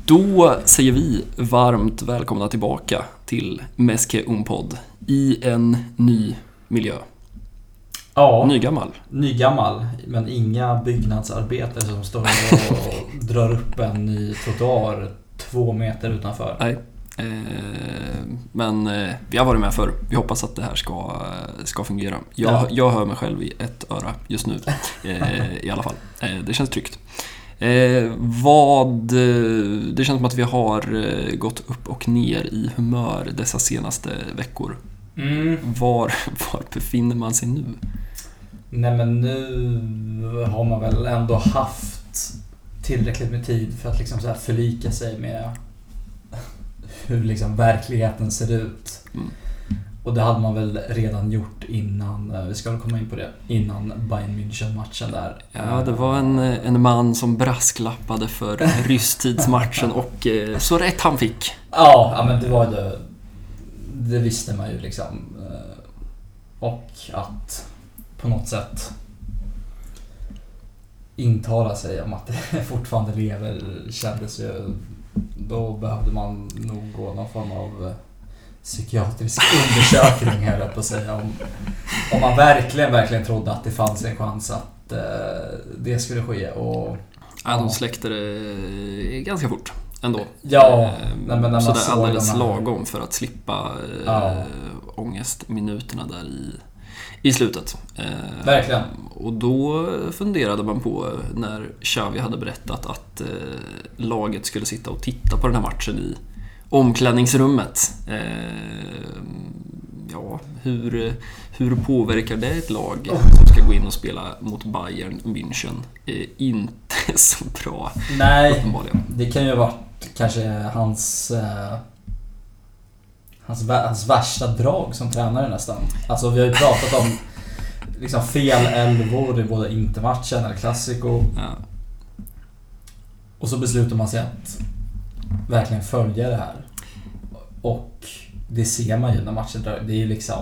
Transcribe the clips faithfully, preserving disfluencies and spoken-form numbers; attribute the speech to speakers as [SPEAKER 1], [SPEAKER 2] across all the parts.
[SPEAKER 1] Då säger vi varmt välkomna tillbaka till Meske Unpod i en ny miljö.
[SPEAKER 2] Ja,
[SPEAKER 1] Nygammal.
[SPEAKER 2] Nygammal, men inga byggnadsarbetare som står och drar upp en ny trottoar två meter utanför.
[SPEAKER 1] Nej, eh, men eh, vi har varit med för. Vi hoppas att det här ska, ska fungera. Jag,
[SPEAKER 2] Ja.
[SPEAKER 1] jag hör mig själv i ett öra just nu, eh, i alla fall. Eh, det känns tryggt. Eh, vad, det känns som att vi har eh, gått upp och ner i humör dessa senaste veckor.
[SPEAKER 2] Mm.
[SPEAKER 1] Var, var befinner man sig nu?
[SPEAKER 2] Nej, men nu har man väl ändå haft tillräckligt med tid för att liksom så här förlika sig med hur liksom verkligheten ser ut.
[SPEAKER 1] Mm.
[SPEAKER 2] Och det hade man väl redan gjort innan, vi ska väl komma in på det, innan Bayern München-matchen där.
[SPEAKER 1] Ja, det var en, en man som brasklappade för rysstidsmatchen och eh, så rätt han fick.
[SPEAKER 2] Ja, ja, men det var det, det visste man ju liksom. Och att på något sätt intala sig om att det fortfarande lever kändes ju, då behövde man nog gå någon form av psykiatrisk undersökning här på att säga, om, om man verkligen verkligen trodde att det fanns en chans att eh, det skulle ske. Och
[SPEAKER 1] ja, de släckte det ganska fort ändå.
[SPEAKER 2] Ja,
[SPEAKER 1] eh,
[SPEAKER 2] nej, men när man
[SPEAKER 1] så det är
[SPEAKER 2] såg
[SPEAKER 1] alldeles
[SPEAKER 2] de här-
[SPEAKER 1] lagom för att slippa eh,
[SPEAKER 2] Ja.
[SPEAKER 1] ångestminuterna där i, i slutet. Eh,
[SPEAKER 2] Verkligen.
[SPEAKER 1] Och då funderade man på, när Xavi hade berättat att eh, laget skulle sitta och titta på den här matchen i omklädningsrummet. Eh, ja, hur, hur påverkar det ett lag som ska gå in och spela mot Bayern München? Eh, inte så bra,
[SPEAKER 2] Nej,
[SPEAKER 1] uppenbarligen.
[SPEAKER 2] det kan ju ha varit kanske hans eh, hans, vä- hans värsta drag som tränare nästan. Alltså vi har ju pratat om liksom fel elvor i både intermatchen eller klassiko,
[SPEAKER 1] Ja.
[SPEAKER 2] och så beslutar man sig att verkligen följa det här. Och det ser man ju när matchen drar. Det är ju liksom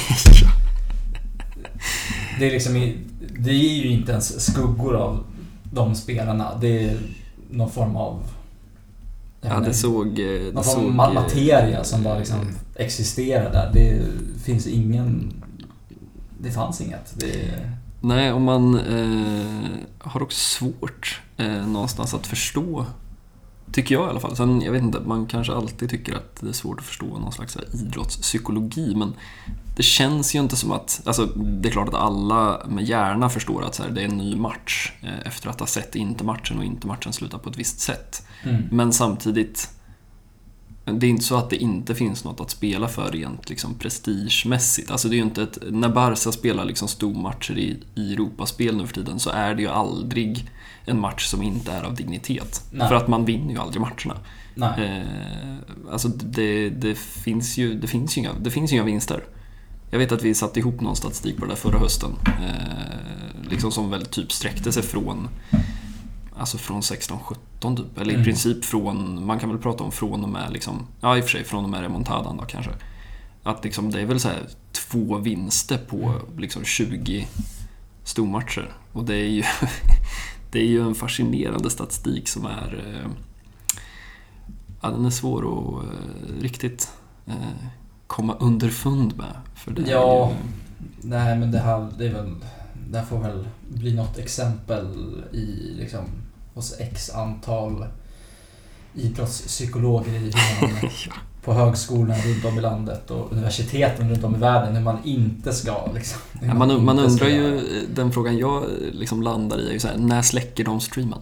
[SPEAKER 2] det är liksom i- det är ju inte ens skuggor av de spelarna. Det är någon form av jag
[SPEAKER 1] Ja,
[SPEAKER 2] vet
[SPEAKER 1] det
[SPEAKER 2] inte,
[SPEAKER 1] såg... Det
[SPEAKER 2] någon
[SPEAKER 1] såg
[SPEAKER 2] form av materia som bara liksom existerar där. Det finns ingen, det fanns inget. Det,
[SPEAKER 1] Nej, och man eh, har också svårt eh, någonstans att förstå, tycker jag i alla fall. Sen, jag vet inte, man kanske alltid tycker att det är svårt att förstå någon slags så här idrottspsykologi, men det känns ju inte som att, alltså det är klart att alla med hjärna förstår att så här, det är en ny match eh, efter att ha sett intermatchen och intermatchen slutar på ett visst sätt.
[SPEAKER 2] mm.
[SPEAKER 1] Men samtidigt, det är inte så att det inte finns något att spela för rent liksom prestigemässigt. Alltså det är ju inte ett, när Barca spelar liksom stormatcher i, i Europaspel nu för tiden, så är det ju aldrig en match som inte är av dignitet.
[SPEAKER 2] Nej.
[SPEAKER 1] För att man vinner ju aldrig matcherna.
[SPEAKER 2] Nej.
[SPEAKER 1] Eh, alltså det, det finns ju det finns ju inga, det finns ju inga vinster. Jag vet att vi satte ihop någon statistik på det där förra hösten, eh, liksom som väl typ sträckte sig från alltså från sexton sjutton typ, eller i
[SPEAKER 2] Mm.
[SPEAKER 1] princip från, man kan väl prata om från och med liksom, ja i och för sig från och med remontadan då kanske. Att liksom det är väl så här två vinster på liksom tjugo stormatcher, och det är ju det är ju en fascinerande statistik som är eh, ja, den är svår att eh, riktigt eh, komma underfund med, för det
[SPEAKER 2] Ja.
[SPEAKER 1] är ju,
[SPEAKER 2] Nej, men det här, det är väl, det här får väl bli något exempel i liksom hos x antal idrottspsykologer i hur man
[SPEAKER 1] ja.
[SPEAKER 2] på högskolorna runt om i landet och universiteten runt om i världen, hur man inte ska liksom, hur
[SPEAKER 1] Ja, man, man
[SPEAKER 2] inte ska
[SPEAKER 1] undrar
[SPEAKER 2] göra.
[SPEAKER 1] ju, den frågan jag liksom landar i är ju så här, när släcker de streamen?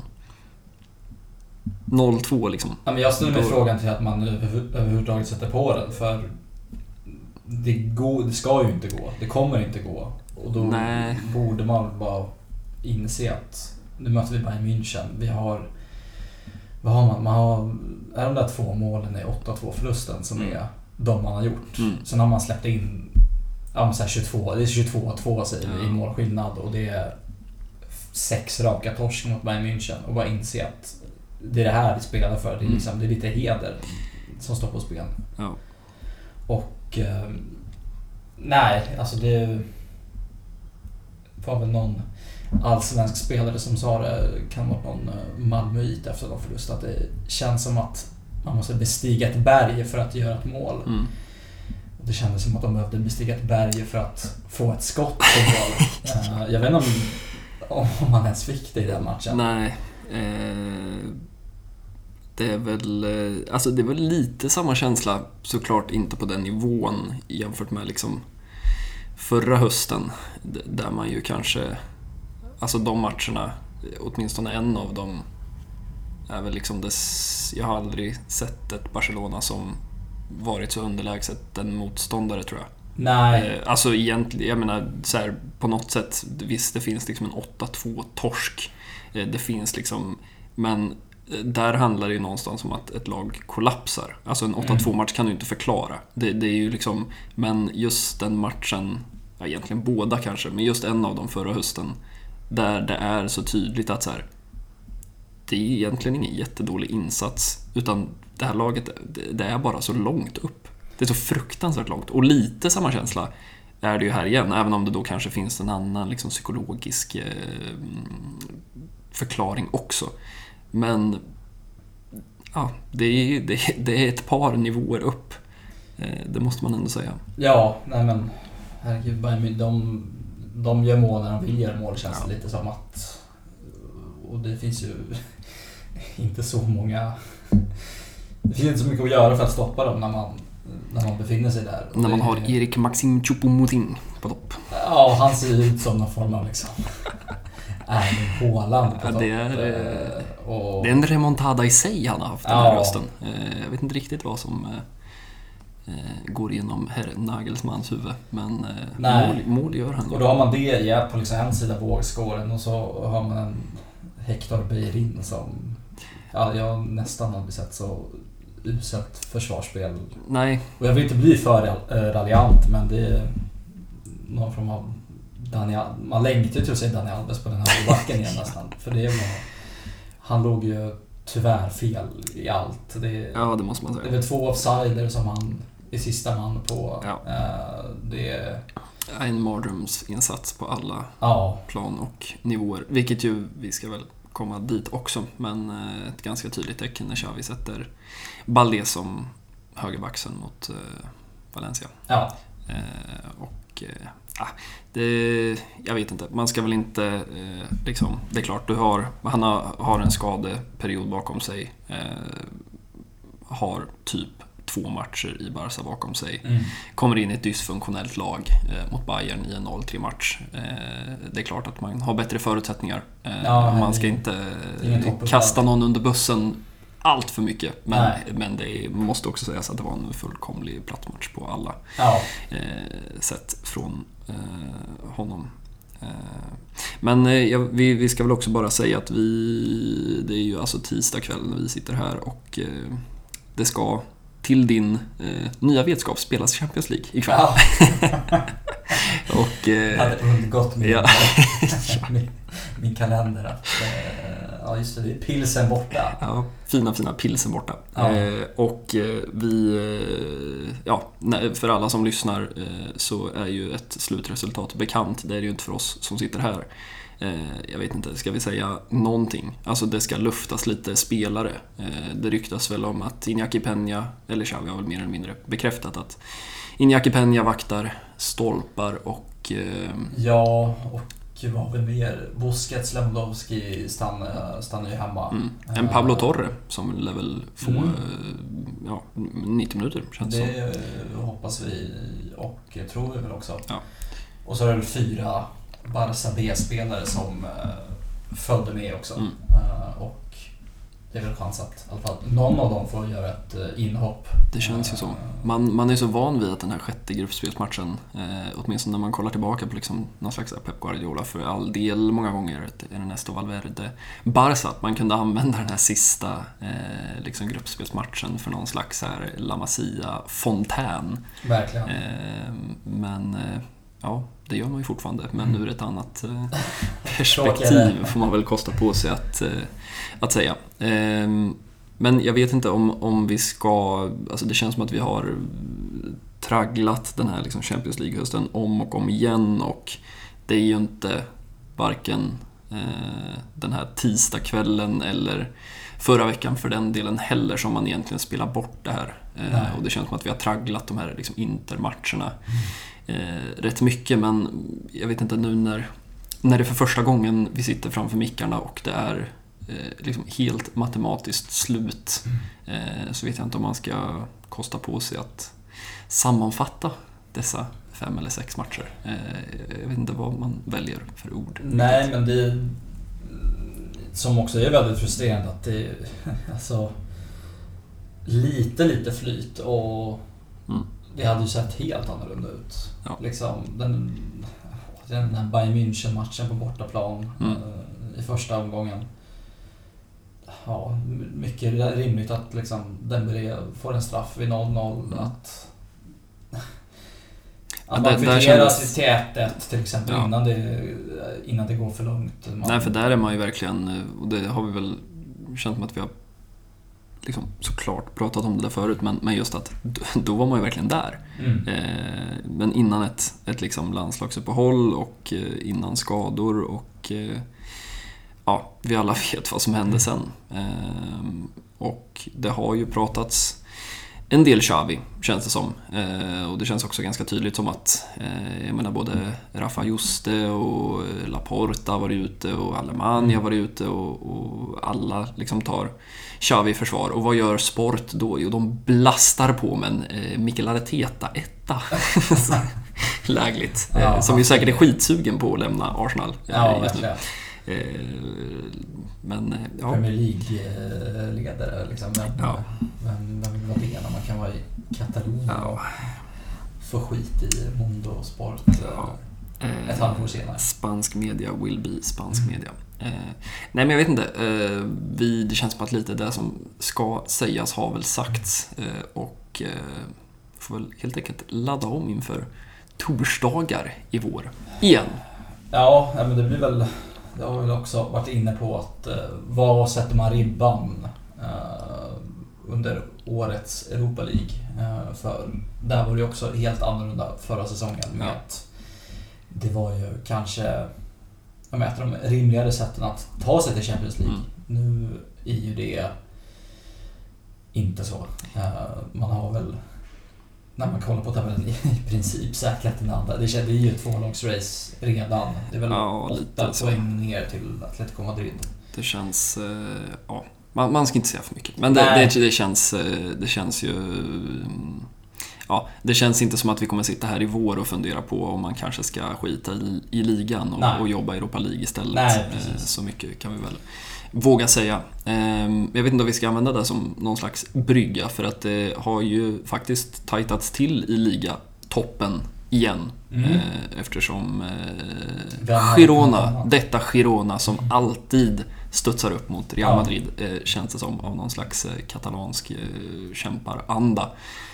[SPEAKER 1] noll två liksom.
[SPEAKER 2] Ja, men jag ställer mig
[SPEAKER 1] Då-
[SPEAKER 2] frågan till att man över- överhuvudtaget sätter på den, för det, går, det ska ju inte gå, det kommer inte gå, och då
[SPEAKER 1] Nej.
[SPEAKER 2] borde man bara inse att nu möter vi Bayern München, vi har vad har man, man har, är de där två målen i åtta två förlusten som
[SPEAKER 1] Mm.
[SPEAKER 2] är de man har gjort.
[SPEAKER 1] Mm.
[SPEAKER 2] Sen har man släppt in ja, men så här tjugotvå, det är tjugotvå två säger vi
[SPEAKER 1] Ja.
[SPEAKER 2] i målskillnad, och det är sex raka torsk mot Bayern München, och bara inse att det är det här vi spelar för. Det är,
[SPEAKER 1] Mm.
[SPEAKER 2] liksom, det är lite heder som står på spel.
[SPEAKER 1] Ja.
[SPEAKER 2] Och eh, nej, alltså det var väl någon allsvensk spelare som sa det, kan vara någon Malmöit efter någon förlust, att det känns som att man måste bestiga ett berg för att göra ett mål.
[SPEAKER 1] Mm.
[SPEAKER 2] Och det kändes som att de behövde bestiga ett berg för att få ett skott på mål. uh, jag vet inte om, om man ens fick det i den matchen.
[SPEAKER 1] Nej, eh, det är väl eh, alltså det är väl lite samma känsla, såklart inte på den nivån jämfört med liksom förra hösten, där man ju kanske, alltså de matcherna, åtminstone en av dem är väl liksom dess, jag har aldrig sett ett Barcelona som varit så underlägset en motståndare, tror jag.
[SPEAKER 2] Nej.
[SPEAKER 1] Alltså egentligen, jag menar så här, på något sätt, visst det finns liksom en åtta två torsk, det finns liksom, men där handlar det ju någonstans om att ett lag kollapsar. Alltså en åtta två match kan du inte förklara. Det, det är ju liksom, men just den matchen, ja, egentligen båda kanske, men just en av dem förra hösten, där det är så tydligt att så här, det är egentligen ingen jättedålig insats, utan det här laget, det är bara så långt upp. Det är så fruktansvärt långt. Och lite samma känsla är det ju här igen, även om det då kanske finns en annan liksom psykologisk eh, förklaring också. Men ja, det är, det, det är ett par nivåer upp. Eh, det måste man ändå säga.
[SPEAKER 2] Ja, nej men herregud, de, de gör mål när de vill göra mål, känns det ja. lite som att, och det finns ju inte så många, det finns inte så mycket att göra för att stoppa dem när man, när man befinner sig där.
[SPEAKER 1] Och när man
[SPEAKER 2] det,
[SPEAKER 1] har Erik Maxim Choupo-Moting på topp.
[SPEAKER 2] Ja, han ser ut som någon form av liksom är Håland på
[SPEAKER 1] ja,
[SPEAKER 2] topp.
[SPEAKER 1] Det är,
[SPEAKER 2] och,
[SPEAKER 1] det är en remontada i sig han har haft den här ja. rösten. Jag vet inte riktigt vad som går igenom herr Nagelsmans huvud, men mål, mål gör han.
[SPEAKER 2] Och då har man det ja, på liksom en sida vågskåren, och så har man en Hector Bellerin som, ja, jag nästan aldrig sett så uselt försvarsspel.
[SPEAKER 1] Nej.
[SPEAKER 2] Och jag vill inte bli för raljant, men det är någon form av Daniel, man längtar till att se Daniel Alves på den här backen igen nästan, för det var, han låg ju tyvärr fel i allt. Det,
[SPEAKER 1] ja, det måste man säga.
[SPEAKER 2] Det är väl två offsider som han är sista man på.
[SPEAKER 1] Ja.
[SPEAKER 2] Det är
[SPEAKER 1] en mardrömsinsats på alla
[SPEAKER 2] ja.
[SPEAKER 1] plan och nivåer, vilket ju, vi ska väl komma dit också, men ett ganska tydligt tecken när Xavi sätter Baldé som högerbacken mot Valencia.
[SPEAKER 2] Ja.
[SPEAKER 1] Och ah, det, jag vet inte, man ska väl inte eh, liksom, det är klart, du har, han har, har en skadeperiod bakom sig, eh, har typ två matcher i Barca bakom sig, mm. kommer in i ett dysfunktionellt lag eh, mot Bayern i en noll tre match. Eh, det är klart att man har bättre förutsättningar. Eh, ja, man ska inte kasta någon under bussen allt för mycket, men, men det måste också sägas att det var en fullkomlig plattmatch på alla
[SPEAKER 2] ja.
[SPEAKER 1] eh, sätt från eh, honom. Eh, men eh, ja, vi, vi ska väl också bara säga att vi, det är ju alltså tisdag kväll när vi sitter här, och eh, det ska till din eh, nya vetskap spelas Champions League ikväll. Ja. Och eh,
[SPEAKER 2] hade undgått min,
[SPEAKER 1] ja.
[SPEAKER 2] min, min kalender att eh, ja, just det, det är pilsen borta.
[SPEAKER 1] Ja, fina fina pilsen borta.
[SPEAKER 2] Ja.
[SPEAKER 1] Eh, och eh, vi eh, ja, för alla som lyssnar eh, så är ju ett slutresultat bekant. Det är det ju inte för oss som sitter här. Eh, jag vet inte, ska vi säga någonting? Alltså det ska luftas lite spelare. Eh, det ryktas väl om att Iñaki Peña, eller Xavi har väl mer eller mindre bekräftat att Iñaki Peña vaktar stolpar och eh,
[SPEAKER 2] ja, och vad har vi mer? Busquets, Lewandowski stannar, stannar ju hemma.
[SPEAKER 1] Mm. En Pablo Torre som lär väl få mm. ja, nittio minuter, känns det
[SPEAKER 2] Det som. Hoppas vi, och tror vi väl också.
[SPEAKER 1] Ja.
[SPEAKER 2] Och så är det fyra Barca B-spelare som uh, följde med också. Mm. Uh, och det är väl chans att i alla fall någon av dem får göra ett uh, inhopp.
[SPEAKER 1] Det känns ju så. Man, man är så van vid att den här sjätte gruppspelsmatchen, eh, åtminstone när man kollar tillbaka på liksom någon slags Pep Guardiola för all del många gånger, Ernesto Valverde, Barca, att man kunde använda den här sista eh, liksom gruppspelsmatchen för någon slags här La Masia-fontän.
[SPEAKER 2] Verkligen.
[SPEAKER 1] Eh, men eh, ja, det gör man ju fortfarande, men nu är det ett annat eh, perspektiv får man väl kosta på sig att, eh, att säga. Eh, men jag vet inte om, om vi ska, alltså det känns som att vi har tragglat den här liksom Champions League-hösten om och om igen, och det är ju inte varken eh, den här tisdagskvällen eller förra veckan för den delen heller, som man egentligen spelar bort det här. Eh, och det känns som att vi har tragglat de här liksom intermatcherna eh, rätt mycket, men jag vet inte nu när, när det för första gången vi sitter framför mickarna och det är eh, liksom helt matematiskt slut, eh, så vet jag inte om man ska kosta på sig att sammanfatta dessa fem eller sex matcher. Eh, jag vet inte vad man väljer för ord.
[SPEAKER 2] Nej, men det som också är väldigt frustrerande att det alltså lite lite flyt och mm. det hade ju sett helt annorlunda ut. Ja. Liksom den den här Bayern München-matchen på bortaplan mm. i första omgången. Ja, mycket rimligt att liksom Dembélé får en straff vid noll noll, mm. att att man kvitterar kändes... till ett ett till exempel, ja. innan, det, innan det går för långt. Man...
[SPEAKER 1] Nej, för där är man ju verkligen, och det har vi väl känt som att vi har liksom såklart pratat om det där förut, men, men just att då var man ju verkligen där. Mm. Eh, men innan ett, ett liksom landslagsuppehåll och eh, innan skador och eh, ja, vi alla vet vad som hände sen. Eh, och det har ju pratats en del Xavi, känns det som. Eh, och det känns också ganska tydligt som att eh, jag menar både Rafa Juste och Laporta har varit ute och Alemania har varit ute och, och alla liksom tar Xavi i försvar. Och vad gör Sport då? Jo, de blastar på med en eh, Mikel Arteta etta. Lägligt. Ja, eh, som ju säkert är skitsugen på att lämna Arsenal.
[SPEAKER 2] Ja, verkligen.
[SPEAKER 1] Eh, men ja.
[SPEAKER 2] Premier League-ledare liksom, men, ja. men vem vill vara det när man kan vara i Katalonien ja. och få skit i Mundo Sport ja. eh, ett halvår senare.
[SPEAKER 1] Spansk media will be spansk mm. media. Eh, nej, men jag vet inte. Eh, vi, det känns som att lite det som ska sägas har väl sagts eh, och eh, får väl helt enkelt ladda om inför torsdagar i vår igen.
[SPEAKER 2] Ja, men det blir väl. Jag har väl också varit inne på att eh, var sätter man ribban eh, under årets Europa League, eh, för där var det också helt annorlunda förra säsongen med ja. att det var ju kanske jag mäter de rimligare sätten att ta sig till Champions League. Mm. Nu är ju det inte så. Eh, man har väl när man kollar på tabellen i princip säkrat den andra. Det är ju ett tvålagsrace redan. Det är väl ja, åtta poäng ner till Atletico Madrid.
[SPEAKER 1] Det känns... Ja, man, man ska inte säga för mycket. Men det, det, det, känns, det känns ju... Ja, det känns inte som att vi kommer sitta här i vår och fundera på om man kanske ska skita i, i ligan och, och jobba i Europa League istället.
[SPEAKER 2] Nej,
[SPEAKER 1] så mycket kan vi väl våga säga. Jag vet inte om vi ska använda det som någon slags brygga, för att det har ju faktiskt tajtats till i ligatoppen igen. Mm. Eftersom Girona, detta Girona som mm. alltid studsar upp mot Real Madrid, ja. känns det som av någon slags katalansk kämparanda.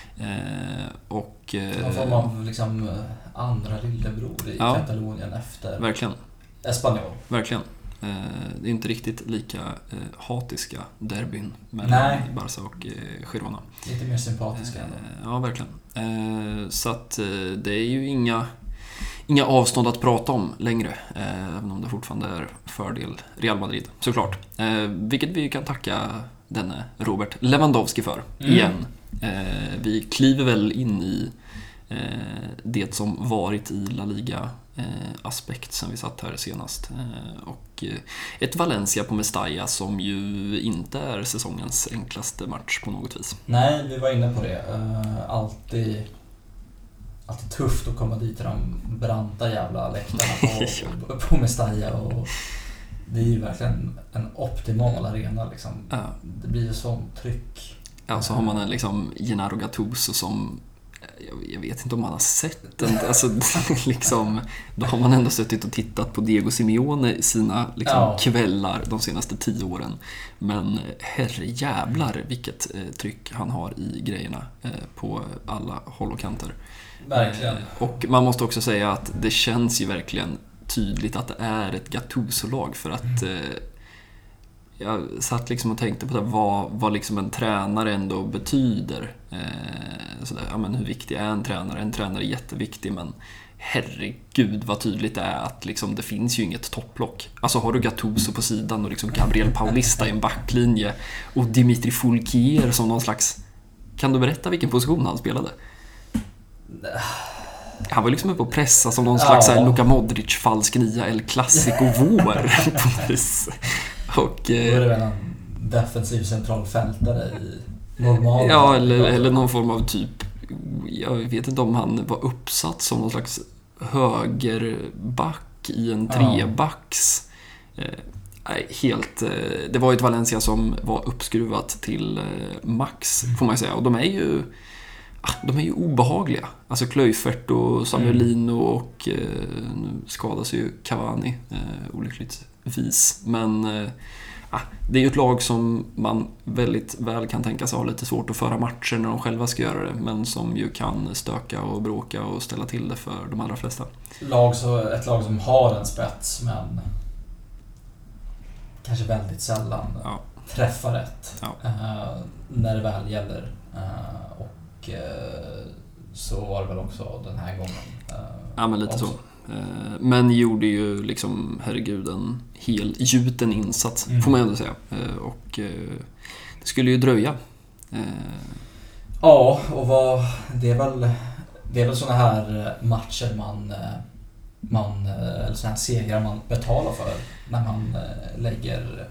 [SPEAKER 1] Och
[SPEAKER 2] någon form av liksom andra lillebror i ja, Katalonien efter
[SPEAKER 1] verkligen.
[SPEAKER 2] Espanyol.
[SPEAKER 1] Verkligen. Det är inte riktigt lika eh, hatiska derbyn mellan Nej. Barca och eh, Girona.
[SPEAKER 2] Lite mer sympatiska ändå.
[SPEAKER 1] Eh, ja, verkligen. Eh, så att eh, det är ju inga, inga avstånd att prata om längre, eh, även om det fortfarande är fördel Real Madrid, såklart. Eh, vilket vi kan tacka denne Robert Lewandowski för, mm. igen. Eh, vi kliver väl in i eh, det som varit i La Liga aspekt sen vi satt här senast, och ett Valencia på Mestalla som ju inte är säsongens enklaste match på något vis.
[SPEAKER 2] Nej, vi var inne på det. Alltid, alltid tufft att komma dit till de branta jävla läktarna på, på Mestalla, och det är ju verkligen en optimal arena liksom. Ja. Det blir ju sånt tryck.
[SPEAKER 1] Ja, så har man en liksom Gennaro Gattuso som jag vet inte om man har sett den. Alltså, liksom, då har man ändå suttit och tittat på Diego Simeone i sina liksom, ja. kvällar de senaste tio åren. Men herre jävlar vilket eh, tryck han har i grejerna eh, på alla håll och kanter.
[SPEAKER 2] Verkligen. Eh,
[SPEAKER 1] och man måste också säga att det känns ju verkligen tydligt att det är ett Gattuso-lag, för att eh, jag satt liksom och tänkte på det, vad, vad liksom en tränare ändå betyder. Eh, sådär, ja, men hur viktig är en tränare? En tränare är jätteviktig, men herregud vad tydligt det är att liksom, det finns ju inget topplock. Alltså har du Gattuso på sidan och liksom Gabriel Paulista i en backlinje och Dimitri Foulquier som någon slags... Kan du berätta vilken position han spelade? Han var liksom uppe och pressa som någon slags ja. Luka Modric falsk nia El Clasico vår. Och,
[SPEAKER 2] eh, då är det väl en defensiv centralfältare i normal.
[SPEAKER 1] Ja, eller, eller någon form av typ... Jag vet inte om han var uppsatt som någon slags högerback i en trebacks. Eh, helt, eh, det var ett Valencia som var uppskruvat till eh, max, får man säga. Och de är ju... De är ju obehagliga. Alltså Kluivert och Samuelino och eh, nu skadas ju Cavani eh, olyckligtvis. Men eh, det är ju ett lag som man väldigt väl kan tänka sig ha lite svårt att föra matcher när de själva ska göra det. Men som ju kan stöka och bråka och ställa till det för de allra flesta.
[SPEAKER 2] Lag så, ett lag som har en spets men kanske väldigt sällan ja. träffar rätt ja. eh, när det väl gäller. Eh, och så var det väl också den här gången.
[SPEAKER 1] Ja, men lite också. Så. Men gjorde ju liksom, herregud, en hel gjuten insats, mm. får man ändå säga. Och det skulle ju dröja.
[SPEAKER 2] Ja, och vad, det är väl det är väl såna här matcher man, man eller såna här segrar man betalar för när man lägger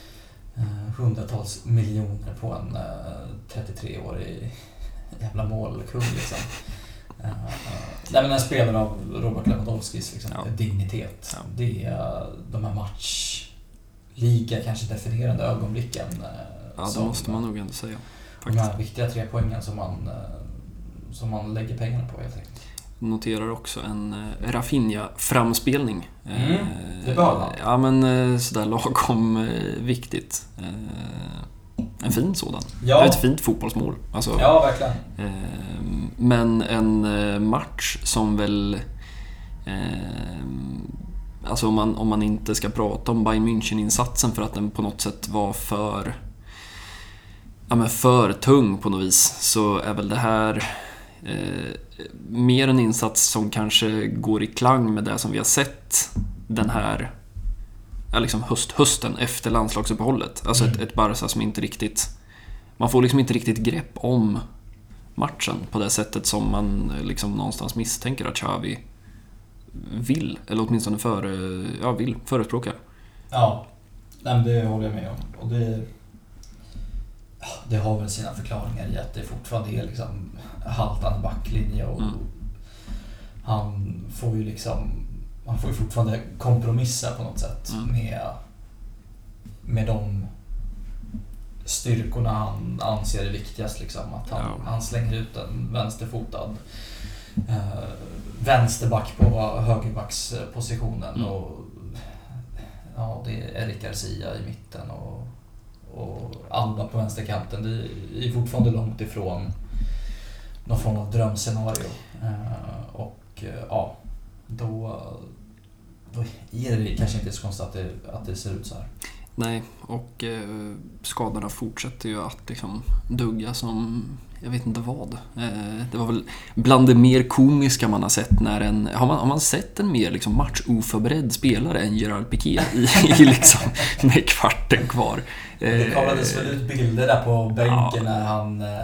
[SPEAKER 2] hundratals miljoner på en trettiotre-årig jävla målkung liksom. Uh, nej, men en spelare av Robert Lewandowskis liksom, ja. dignitet. Ja. Det är de här match lika kanske definierande ögonblicken. Uh,
[SPEAKER 1] ja, det som, måste man nog ändå säga.
[SPEAKER 2] Faktiskt. De här viktiga tre poängen som man, uh, som man lägger pengarna på helt enkelt.
[SPEAKER 1] Noterar också en uh, Rafinha-framspelning.
[SPEAKER 2] Mm, uh, det behöver man.
[SPEAKER 1] Ja, men uh, sådär lagom uh, viktigt. Uh, En fin sådan. Ja. Ett fint fotbollsmål. Alltså,
[SPEAKER 2] ja, verkligen.
[SPEAKER 1] Eh, men en eh, match som väl... Eh, alltså om man, om man inte ska prata om Bayern München-insatsen för att den på något sätt var för... Ja, men för tung på något vis, så är väl det här eh, mer en insats som kanske går i klang med det som vi har sett den här... Ja, liksom höst, hösten efter landslagsuppehållet. Alltså mm. ett, ett Barca som inte riktigt... Man får liksom inte riktigt grepp om matchen på det sättet som man liksom någonstans misstänker att Xavi vill. Eller åtminstone för, ja, vill förespråka.
[SPEAKER 2] Ja, nej, det håller jag med om. Och det, det har väl sina förklaringar i att det fortfarande är liksom haltande backlinje. Och mm. han får ju liksom... Man får ju fortfarande kompromissa på något sätt mm. med, med de styrkorna han anser är viktigast. Liksom. Att han, ja. han slänger ut en vänsterfotad eh, vänsterback på högerbackspositionen. Mm. Och, ja, det är Eric Garcia i mitten och, och Alba på vänsterkanten. Det är fortfarande långt ifrån någon form av drömscenario. Eh, och eh, ja, då... Då är det kanske inte så konstigt att det, att det ser ut så här.
[SPEAKER 1] Nej, och eh, skadorna fortsätter ju att liksom dugga som jag vet inte vad. Eh, det var väl bland det mer komiska man har sett när en... Har man, har man sett en mer liksom matchoförberedd spelare än Gerard Piqué i, i liksom, med kvarten kvar?
[SPEAKER 2] Eh, det kollades väl ut bilder där på bänken ja. när han... Eh,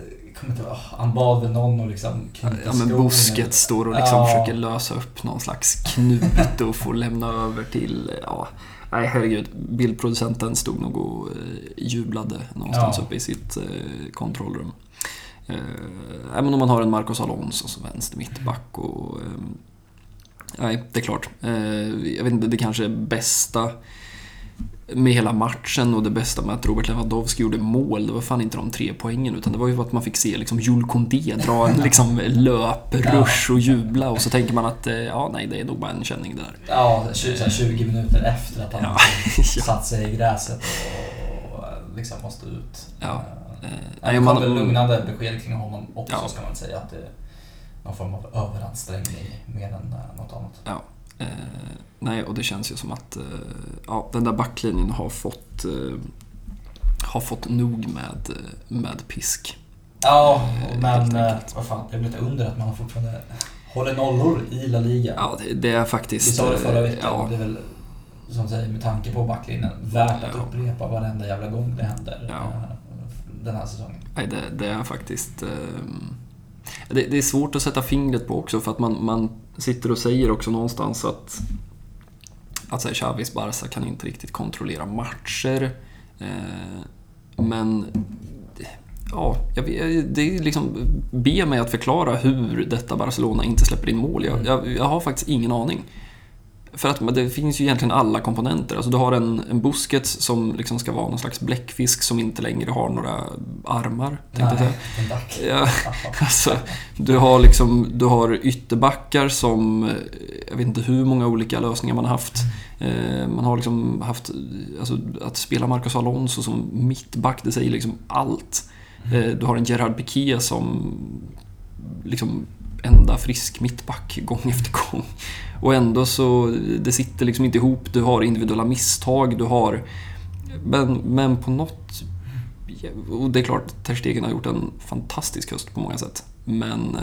[SPEAKER 2] han bad väl någon och liksom
[SPEAKER 1] ja, men Busquets står och liksom ja. försöker lösa upp någon slags knut och få lämna över till ja, nej herregud, bildproducenten stod nog och eh, jublade någonstans ja. uppe i sitt eh, kontrollrum. Eh, även om man har en Marcos Alonso som vänster mittback och eh, nej, det är klart. Eh, jag vet inte, det kanske är bästa med hela matchen och det bästa med att Robert Lewandowski gjorde mål, det var fan inte de tre poängen utan det var ju att man fick se liksom Jules Koundé dra en liksom löprush och jubla och så tänker man att ja nej, det är nog bara en känning det där.
[SPEAKER 2] Ja, tjugo minuter efter att han ja. satt sig i gräset och liksom måste ut.
[SPEAKER 1] Ja.
[SPEAKER 2] Det kom väl lugnande besked kring honom också ja. ska man säga att det är någon form av överansträngning mer än något annat.
[SPEAKER 1] Ja. Eh, nej, och det känns ju som att eh, ja, den där backlinjen har fått eh, har fått nog med, med pisk.
[SPEAKER 2] Ja, eh, men eh, vad fan, jag blir lite under att man fortfarande håller nollor i La Liga.
[SPEAKER 1] Ja, det, det är faktiskt...
[SPEAKER 2] Vi sa det förra veckan,
[SPEAKER 1] ja.
[SPEAKER 2] det är väl, som säger, med tanke på backlinjen, värt att
[SPEAKER 1] Ja.
[SPEAKER 2] upprepa varenda jävla gång det händer
[SPEAKER 1] Ja.
[SPEAKER 2] den här säsongen.
[SPEAKER 1] Nej, det, det är faktiskt... Eh, det, det är svårt att sätta fingret på också, för att man, man sitter och säger också någonstans att att säga Xavis Barca kan inte riktigt kontrollera matcher. Eh, men ja, jag, det är liksom be mig att förklara hur detta Barcelona inte släpper in mål. Jag, jag, jag har faktiskt ingen aning. För att det finns ju egentligen alla komponenter. Alltså du har en, en Busquets som liksom ska vara någon slags bläckfisk som inte längre har några armar.
[SPEAKER 2] Nej,
[SPEAKER 1] jag ja, alltså, du har liksom du har ytterbackar som jag vet inte hur många olika lösningar man har haft. Eh, man har liksom haft alltså, att spela Marcos Alonso som mittback, det säger liksom allt. Eh, du har en Gerard Piqué som liksom enda frisk mittback gång efter gång. Och ändå så, det sitter liksom inte ihop. Du har individuella misstag, du har... Men, men på något... Och det är klart, Ter Stegen har gjort en fantastisk höst på många sätt. Men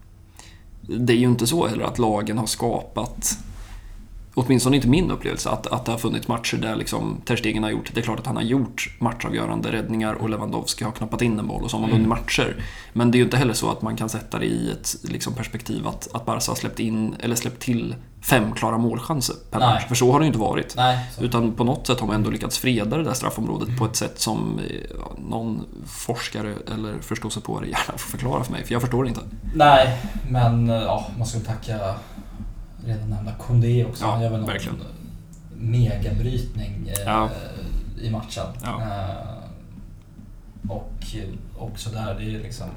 [SPEAKER 1] det är ju inte så heller att lagen har skapat... Åtminstone inte min upplevelse att, att det har funnits matcher där liksom Ter Stegen har gjort. Det är klart att han har gjort matchavgörande räddningar och Lewandowski har knappat in en boll och så har man vunnit matcher. Men det är ju inte heller så att man kan sätta det i ett liksom, perspektiv att, att Barca har släppt in eller släppt till fem klara målchanser per
[SPEAKER 2] Nej.
[SPEAKER 1] match. För så har det ju inte varit.
[SPEAKER 2] Nej,
[SPEAKER 1] utan på något sätt har man ändå lyckats freda det där straffområdet mm. på ett sätt som ja, någon forskare eller förståsigpåare gärna får förklara för mig. För jag förstår det inte.
[SPEAKER 2] Nej, men ja, man ska tacka redan nämnda Koundé också.
[SPEAKER 1] Ja,
[SPEAKER 2] han gör väl någon
[SPEAKER 1] verkligen.
[SPEAKER 2] megabrytning eh,
[SPEAKER 1] ja.
[SPEAKER 2] i matchen.
[SPEAKER 1] Ja.
[SPEAKER 2] Eh, och också där, det är liksom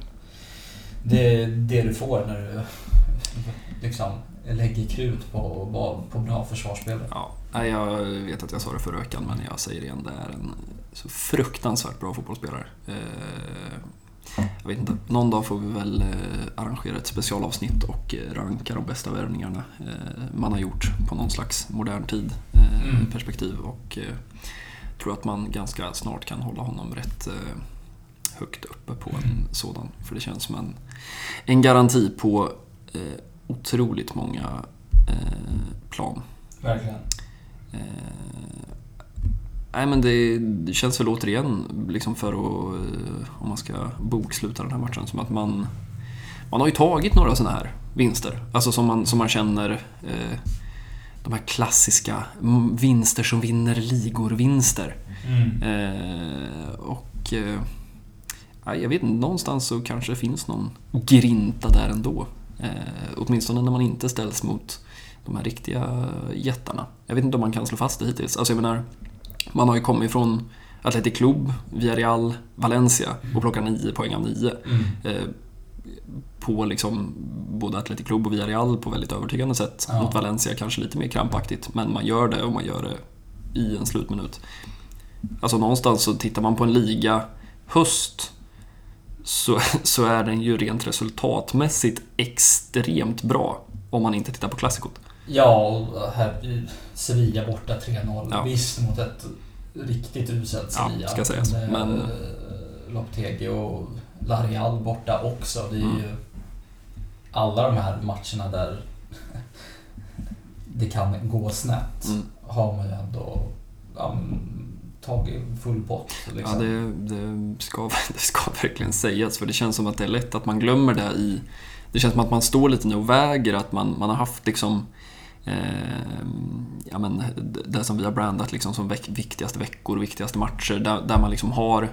[SPEAKER 2] det, det du får när du liksom lägger krut på, på bra försvarsspel.
[SPEAKER 1] Ja, jag vet att jag sa det förra veckan, men jag säger igen, det är en så fruktansvärt bra fotbollsspelare. Eh, Jag vet inte, någon dag får vi väl arrangera ett specialavsnitt och ranka de bästa värvningarna man har gjort på någon slags modern tid mm. perspektiv, och tror att man ganska snart kan hålla honom rätt högt uppe på en mm. sådan, för det känns som en, en garanti på eh, otroligt många eh, plan.
[SPEAKER 2] Verkligen.
[SPEAKER 1] Eh, Nej, men det, det känns väl återigen liksom för att, om man ska boksluta den här matchen, som att man man har ju tagit några såna här vinster, alltså som man, som man känner eh, de här klassiska vinster som vinner ligor vinster mm. eh, och eh, jag vet inte, någonstans så kanske det finns någon grinta där ändå, eh, åtminstone när man inte ställs mot de här riktiga jättarna. Jag vet inte om man kan slå fast det hittills, alltså jag menar, man har ju kommit från Athletic Club, Villarreal, Valencia och plockar nio poäng av nio. Mm. Eh, på liksom både Athletic Club och Villarreal på väldigt övertygande sätt. Ja. Mot Valencia kanske lite mer krampaktigt, men man gör det, och man gör det i en slutminut. Alltså någonstans så tittar man på en liga höst, så, så är den ju rent resultatmässigt extremt bra om man inte tittar på klassikot.
[SPEAKER 2] Ja, och här Sevilla borta tre noll.
[SPEAKER 1] Ja.
[SPEAKER 2] Visst, mot ett riktigt uselt Sevilla.
[SPEAKER 1] Ja, ska sägas.
[SPEAKER 2] Men,
[SPEAKER 1] men...
[SPEAKER 2] Lopetegi och Villarreal borta också. Det är mm. ju alla de här matcherna där det kan gå snett mm. har man ju ändå ja, tagit full pott. Liksom.
[SPEAKER 1] Ja, det, det, ska, det ska verkligen sägas, för det känns som att det är lätt att man glömmer det i... Det känns som att man står lite nu och väger att man, man har haft liksom eh, ja, men det som vi har brandat liksom som veck, viktigaste veckor, viktigaste matcher, där, där man liksom har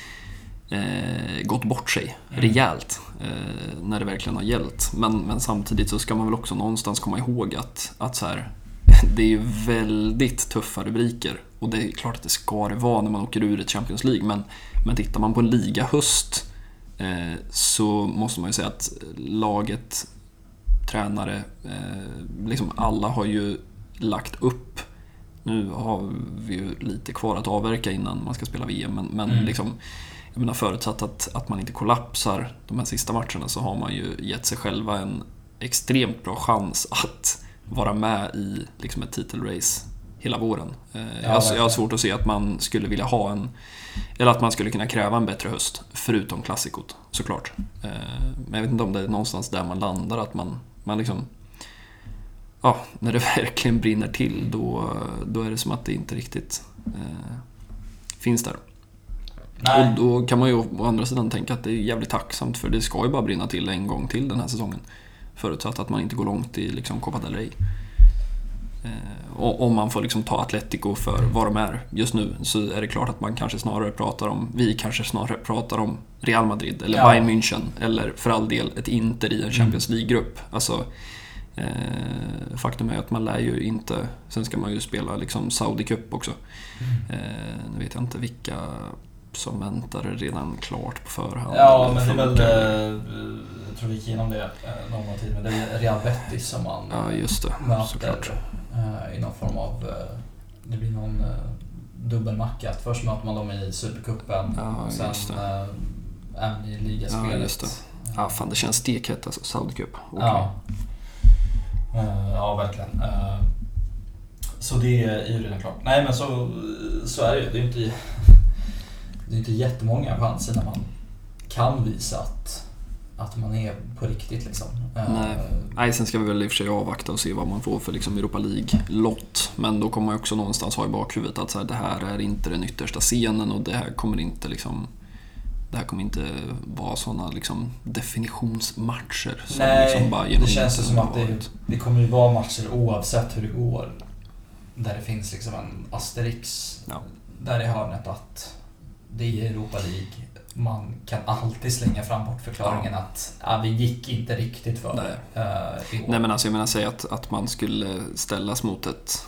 [SPEAKER 1] eh, gått bort sig mm. rejält eh, när det verkligen har gällt. Men, men samtidigt så ska man väl också någonstans komma ihåg att, att så här, det är ju väldigt tuffa rubriker, och det är klart att det ska det vara när man åker ur ett Champions League, men, men tittar man på en ligahöst eh, så måste man ju säga att laget, tränare, eh, liksom alla har ju lagt upp. Nu har vi ju lite kvar att avverka innan man ska spela V M, men, men mm. liksom, jag menar, förutsatt att, att man inte kollapsar de här sista matcherna, så har man ju gett sig själva en extremt bra chans att vara med i liksom ett titelrace hela våren. Eh, ja, jag, jag har svårt att se att man skulle vilja ha en, eller att man skulle kunna kräva en bättre höst, förutom klassikot, såklart. Eh, men jag vet inte om det är någonstans där man landar, att man, Man liksom, ja, när det verkligen brinner till, då, då är det som att det inte riktigt eh, finns där. Nej. Och då kan man ju å andra sidan tänka att det är jävligt tacksamt, för det ska ju bara brinna till en gång till den här säsongen, förutsatt att man inte går långt i liksom Copa del Rey. Eh, och om man får liksom ta Atletico för vad de är just nu, så är det klart att man kanske snarare pratar om, vi kanske snarare pratar om Real Madrid eller ja. Bayern München, eller för all del ett Inter i en Champions League-grupp. Alltså, eh, faktum är att man lär ju inte, sen ska man ju spela liksom Saudi Cup också. Eh, nu vet jag inte vilka som väntar redan klart på förhand.
[SPEAKER 2] Ja, men det är väl, jag tror vi gick igenom det någon tid, men det är Real Betis som man
[SPEAKER 1] ja, just det,
[SPEAKER 2] möter
[SPEAKER 1] såklart.
[SPEAKER 2] I någon form av, det blir någon dubbelmacka. Först möter man dem i Supercupen,
[SPEAKER 1] ja,
[SPEAKER 2] och sen även i ligaspelet.
[SPEAKER 1] Ja, just det. Ja, fan, det känns stekhett alltså, Saudi Cup. Okay.
[SPEAKER 2] Ja. Ja, verkligen. Så det är ju redan klart. Nej, men så, så är det ju. Det är ju inte, det är inte jättemånga chanser när man kan visa att, att man är på riktigt liksom.
[SPEAKER 1] Nej. Nej, sen ska vi väl i och för sig avvakta och se vad man får för liksom Europa League-lott. Men då kommer man också någonstans ha i bakhuvudet att så här, det här är inte den yttersta scenen, och det här kommer inte liksom, det här kommer inte vara sådana liksom definitionsmatcher som
[SPEAKER 2] Nej,
[SPEAKER 1] liksom bara
[SPEAKER 2] det känns ju som att det, det kommer ju vara matcher oavsett hur det går, där det finns liksom en asterix ja. Där i hörnet att det är Europa League. Man kan alltid slänga fram bort förklaringen ja. Att ja, vi gick inte riktigt för
[SPEAKER 1] Nej.
[SPEAKER 2] det. Uh,
[SPEAKER 1] Nej, men alltså jag menar säga att, att man skulle ställas mot ett,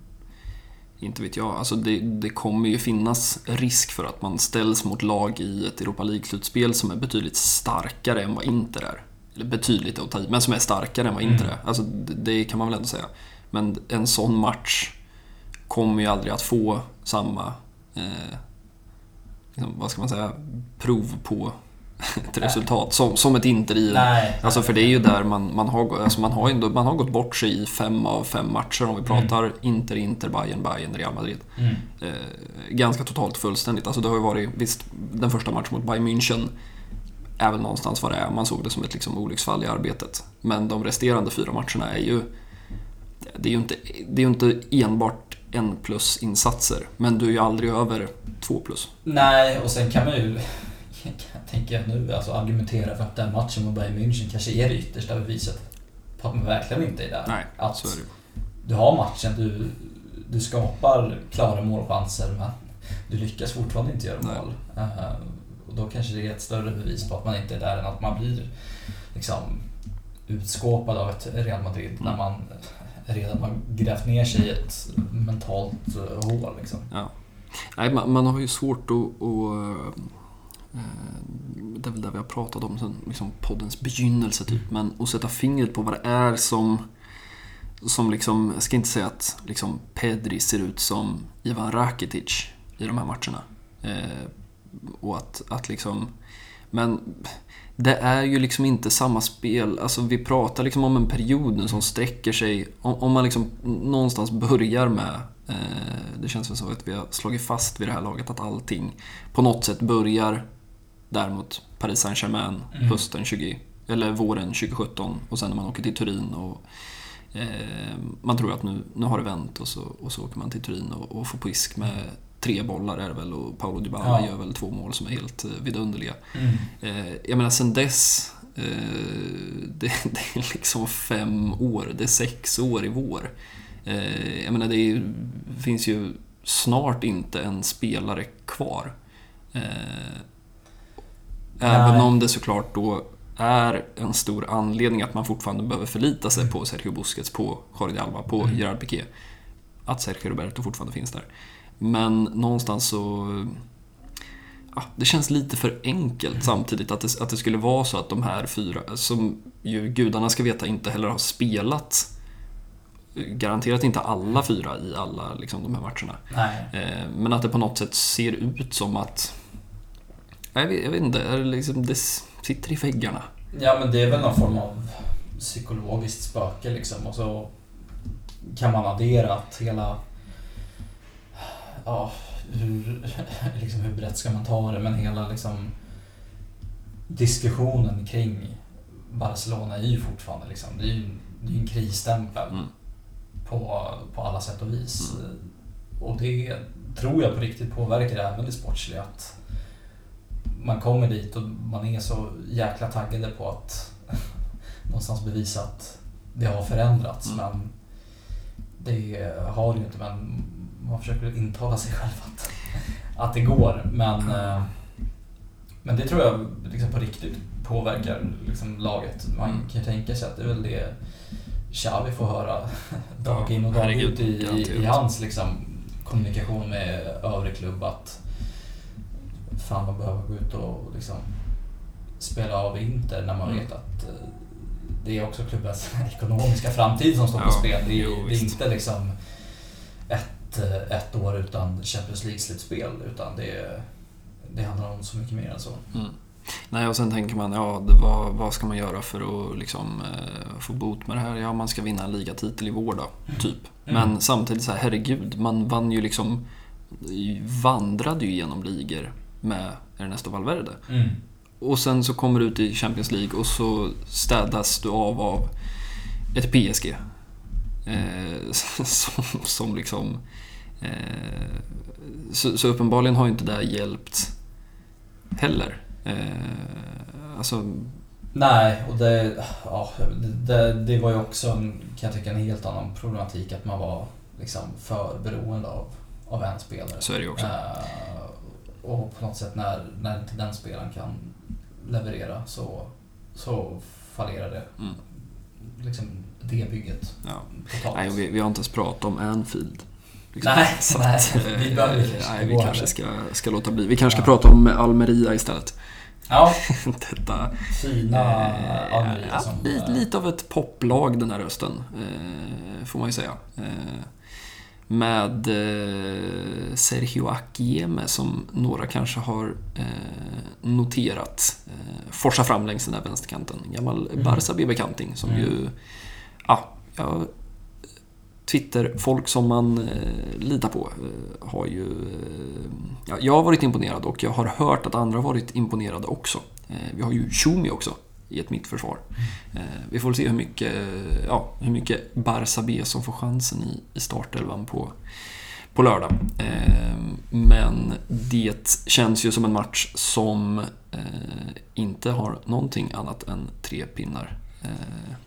[SPEAKER 1] inte vet jag, alltså det, det kommer ju finnas risk för att man ställs mot lag i ett Europa League-slutspel som är betydligt starkare än vad Inter är. Eller betydligt att ta i, men som är starkare än vad Inter är. Alltså det, det kan man väl ändå säga. Men en sån match kommer ju aldrig att få samma eh, liksom, vad ska man säga, prov på ett resultat som, som ett Inter i.
[SPEAKER 2] Nej.
[SPEAKER 1] Alltså för det är ju där man, man, har, alltså man, har ändå, man har gått bort sig i fem av fem matcher om vi pratar mm. Inter, Inter, Bayern, Bayern, Real Madrid. Mm. Eh, ganska totalt fullständigt. Alltså det har ju varit, visst, den första matchen mot Bayern München är väl någonstans vad det är. Man såg det som ett liksom olycksfall i arbetet. Men de resterande fyra matcherna är ju, det är ju inte, det är ju inte enbart en plus insatser, men du är ju aldrig över två plus.
[SPEAKER 2] Nej, och sen kan man ju tänka nu, alltså argumentera för att den matchen mot Bayern München kanske är det yttersta beviset på att man verkligen inte är där.
[SPEAKER 1] Nej,
[SPEAKER 2] att
[SPEAKER 1] så är det.
[SPEAKER 2] Du har matchen, du, du skapar klara målchanser, men du lyckas fortfarande inte göra mål. Uh, och då kanske det är ett större bevis på att man inte är där än att man blir liksom utskåpad av ett Real Madrid mm. när man redan har grävt ner sig i ett mentalt hål liksom.
[SPEAKER 1] Ja. Nej, man, man har ju svårt att, att det är väl det vi har pratat om sen liksom poddens begynnelse typ, men att sätta fingret på vad det är som som liksom, jag ska inte säga att liksom Pedri ser ut som Ivan Rakitic i de här matcherna. Eh, och att, att liksom, men det är ju liksom inte samma spel. Alltså vi pratar liksom om en period nu som sträcker sig, om, om man liksom någonstans börjar med eh, det känns väl så att vi har slagit fast vid det här laget att allting på något sätt börjar där mot Paris Saint-Germain mm. hösten tjugo, eller våren tjugo sjutton, och sen när man åker till Turin och eh, man tror att nu, nu har det vänt, och så, och så åker man till Turin och, och får pisk med tre bollar är det väl, och Paulo Dybala ja. gör väl två mål som är helt vidunderliga. Mm. Eh, jag menar sen dess eh, det, det är liksom fem år, det är sex år i vår. Eh, jag menar det är, finns ju snart inte en spelare kvar. Eh, även om det såklart då är en stor anledning att man fortfarande behöver förlita sig på Sergio Busquets, på Jordi Alba, på mm. Gerard Piqué, att Sergio Roberto fortfarande finns där. Men någonstans så ja, det känns lite för enkelt samtidigt att det, att det skulle vara så att de här fyra, som ju gudarna ska veta inte heller har spelat, garanterat inte alla fyra i alla liksom, de här matcherna.
[SPEAKER 2] Nej.
[SPEAKER 1] Eh, men att det på något sätt ser ut som att jag vet, jag vet inte, är det, liksom, det sitter i väggarna.
[SPEAKER 2] Ja, men det är väl någon form av psykologiskt spöke liksom, och så kan man addera att hela ja, hur, liksom, hur brett ska man ta det, men hela liksom diskussionen kring Barcelona är ju fortfarande liksom, det är ju det är en krisstämpel
[SPEAKER 1] Mm.
[SPEAKER 2] på, på alla sätt och vis.
[SPEAKER 1] Mm.
[SPEAKER 2] Och det tror jag på riktigt påverkar även det sportsliga, att man kommer dit och man är så jäkla taggade på att någonstans bevisa att det har förändrats.
[SPEAKER 1] Mm.
[SPEAKER 2] Men det har det ju inte, men man försöker intala sig själv att, att det går. Men, men det tror jag liksom på riktigt påverkar liksom laget. Man
[SPEAKER 1] Mm.
[SPEAKER 2] kan ju tänka sig att det är väl det Xavi får höra dag in och
[SPEAKER 1] Ja,
[SPEAKER 2] dag
[SPEAKER 1] herregud,
[SPEAKER 2] ut i,
[SPEAKER 1] garanterat.
[SPEAKER 2] i hans liksom kommunikation med övrig klubb, att fan, man behöver gå ut och liksom spela av Inter när man
[SPEAKER 1] Mm.
[SPEAKER 2] vet att eh, det är också klubbens ekonomiska framtid som står på
[SPEAKER 1] Ja,
[SPEAKER 2] spel. Det är,
[SPEAKER 1] jo,
[SPEAKER 2] det är
[SPEAKER 1] visst.
[SPEAKER 2] inte liksom ett, eh, ett år utan Champions League-slutspel, utan det, det handlar om så mycket mer än så.
[SPEAKER 1] Mm. Nej, och sen tänker man, ja, det var, vad ska man göra för att liksom, eh, få bot med det här? Ja, man ska vinna en ligatitel i vår då, typ.
[SPEAKER 2] Mm.
[SPEAKER 1] Men samtidigt så här, herregud, man vann ju liksom, vandrade ju genom ligor med Ernesto Valverde.
[SPEAKER 2] Mm.
[SPEAKER 1] Och sen så kommer du ut i Champions League och så städas du av av ett P S G. Eh, som, som liksom... Eh, så, så uppenbarligen har ju inte det hjälpt heller. Eh, alltså...
[SPEAKER 2] Nej, och det, ja, det, det var ju också en, kan jag tycka, en helt annan problematik, att man var liksom för beroende av, av en spelare.
[SPEAKER 1] Så är det ju också.
[SPEAKER 2] Eh, och på något sätt när, när inte den spelaren kan leverera så, så fallerar det.
[SPEAKER 1] Mm.
[SPEAKER 2] Liksom det bygget
[SPEAKER 1] Ja.
[SPEAKER 2] totalt.
[SPEAKER 1] Nej, vi, vi har inte ens pratat om Anfield. Liksom.
[SPEAKER 2] Nej,
[SPEAKER 1] Så
[SPEAKER 2] nej,
[SPEAKER 1] att, eh,
[SPEAKER 2] vi behöver kanske
[SPEAKER 1] nej, vi
[SPEAKER 2] gå
[SPEAKER 1] kanske
[SPEAKER 2] här.
[SPEAKER 1] ska, ska låta bli. Vi kanske ska
[SPEAKER 2] Ja.
[SPEAKER 1] prata om Almeria istället.
[SPEAKER 2] Ja,
[SPEAKER 1] Detta,
[SPEAKER 2] fina
[SPEAKER 1] eh,
[SPEAKER 2] Almeria
[SPEAKER 1] ja,
[SPEAKER 2] som...
[SPEAKER 1] lite, lite av ett poplag den här rösten, eh, får man ju säga. Eh, med eh, Sergio Akieme, som några kanske har eh, noterat, eh, forsar fram längs den här vänsterkanten. Gammal
[SPEAKER 2] Mm.
[SPEAKER 1] Barça B-bekanting som
[SPEAKER 2] Mm.
[SPEAKER 1] ju, ja, ja, Twitter-folk som man eh, litar på eh, har ju... Eh, ja, jag har varit imponerad och jag har hört att andra har varit imponerade också. Eh, vi har ju Schumi också i ett mittförsvar. Eh, vi får väl se hur mycket, ja, hur mycket Barça B som får chansen i, i startelvan på, på lördag. Eh, men det känns ju som en match som eh, inte har någonting annat än tre pinnar eh,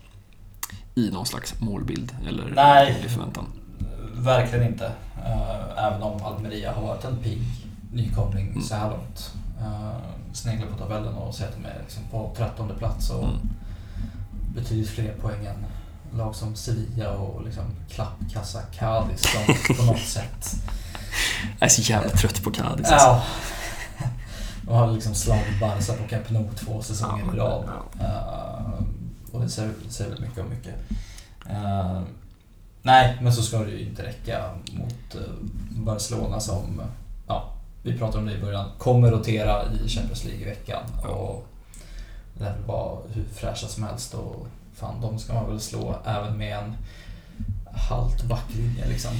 [SPEAKER 1] i någon slags målbild eller
[SPEAKER 2] Nej.
[SPEAKER 1] förväntan.
[SPEAKER 2] Verkligen inte. Uh, även om Almeria har varit en pigg nykomling
[SPEAKER 1] Mm.
[SPEAKER 2] så här långt. Uh, sneglar på tabellen och ser att de är liksom på trettonde plats och
[SPEAKER 1] Mm.
[SPEAKER 2] betydligt fler poäng än lag som Sevilla och liksom klappkassa Cadiz som på något sätt...
[SPEAKER 1] Jag är så jävla trött på Cadiz. Alltså.
[SPEAKER 2] Ja. De har liksom slagit Barça på Camp Nou två säsonger
[SPEAKER 1] Ja,
[SPEAKER 2] i rad.
[SPEAKER 1] ja.
[SPEAKER 2] Uh, och det säger, säger väl mycket om mycket. Uh, nej, men så ska det ju inte räcka mot uh, Barcelona som, ja, vi pratade om det i början, kommer rotera i Champions League i veckan.
[SPEAKER 1] Ja.
[SPEAKER 2] Och det lär väl vara hur fräscha som helst, och fan, de ska man väl slå även med en halt backlinje liksom.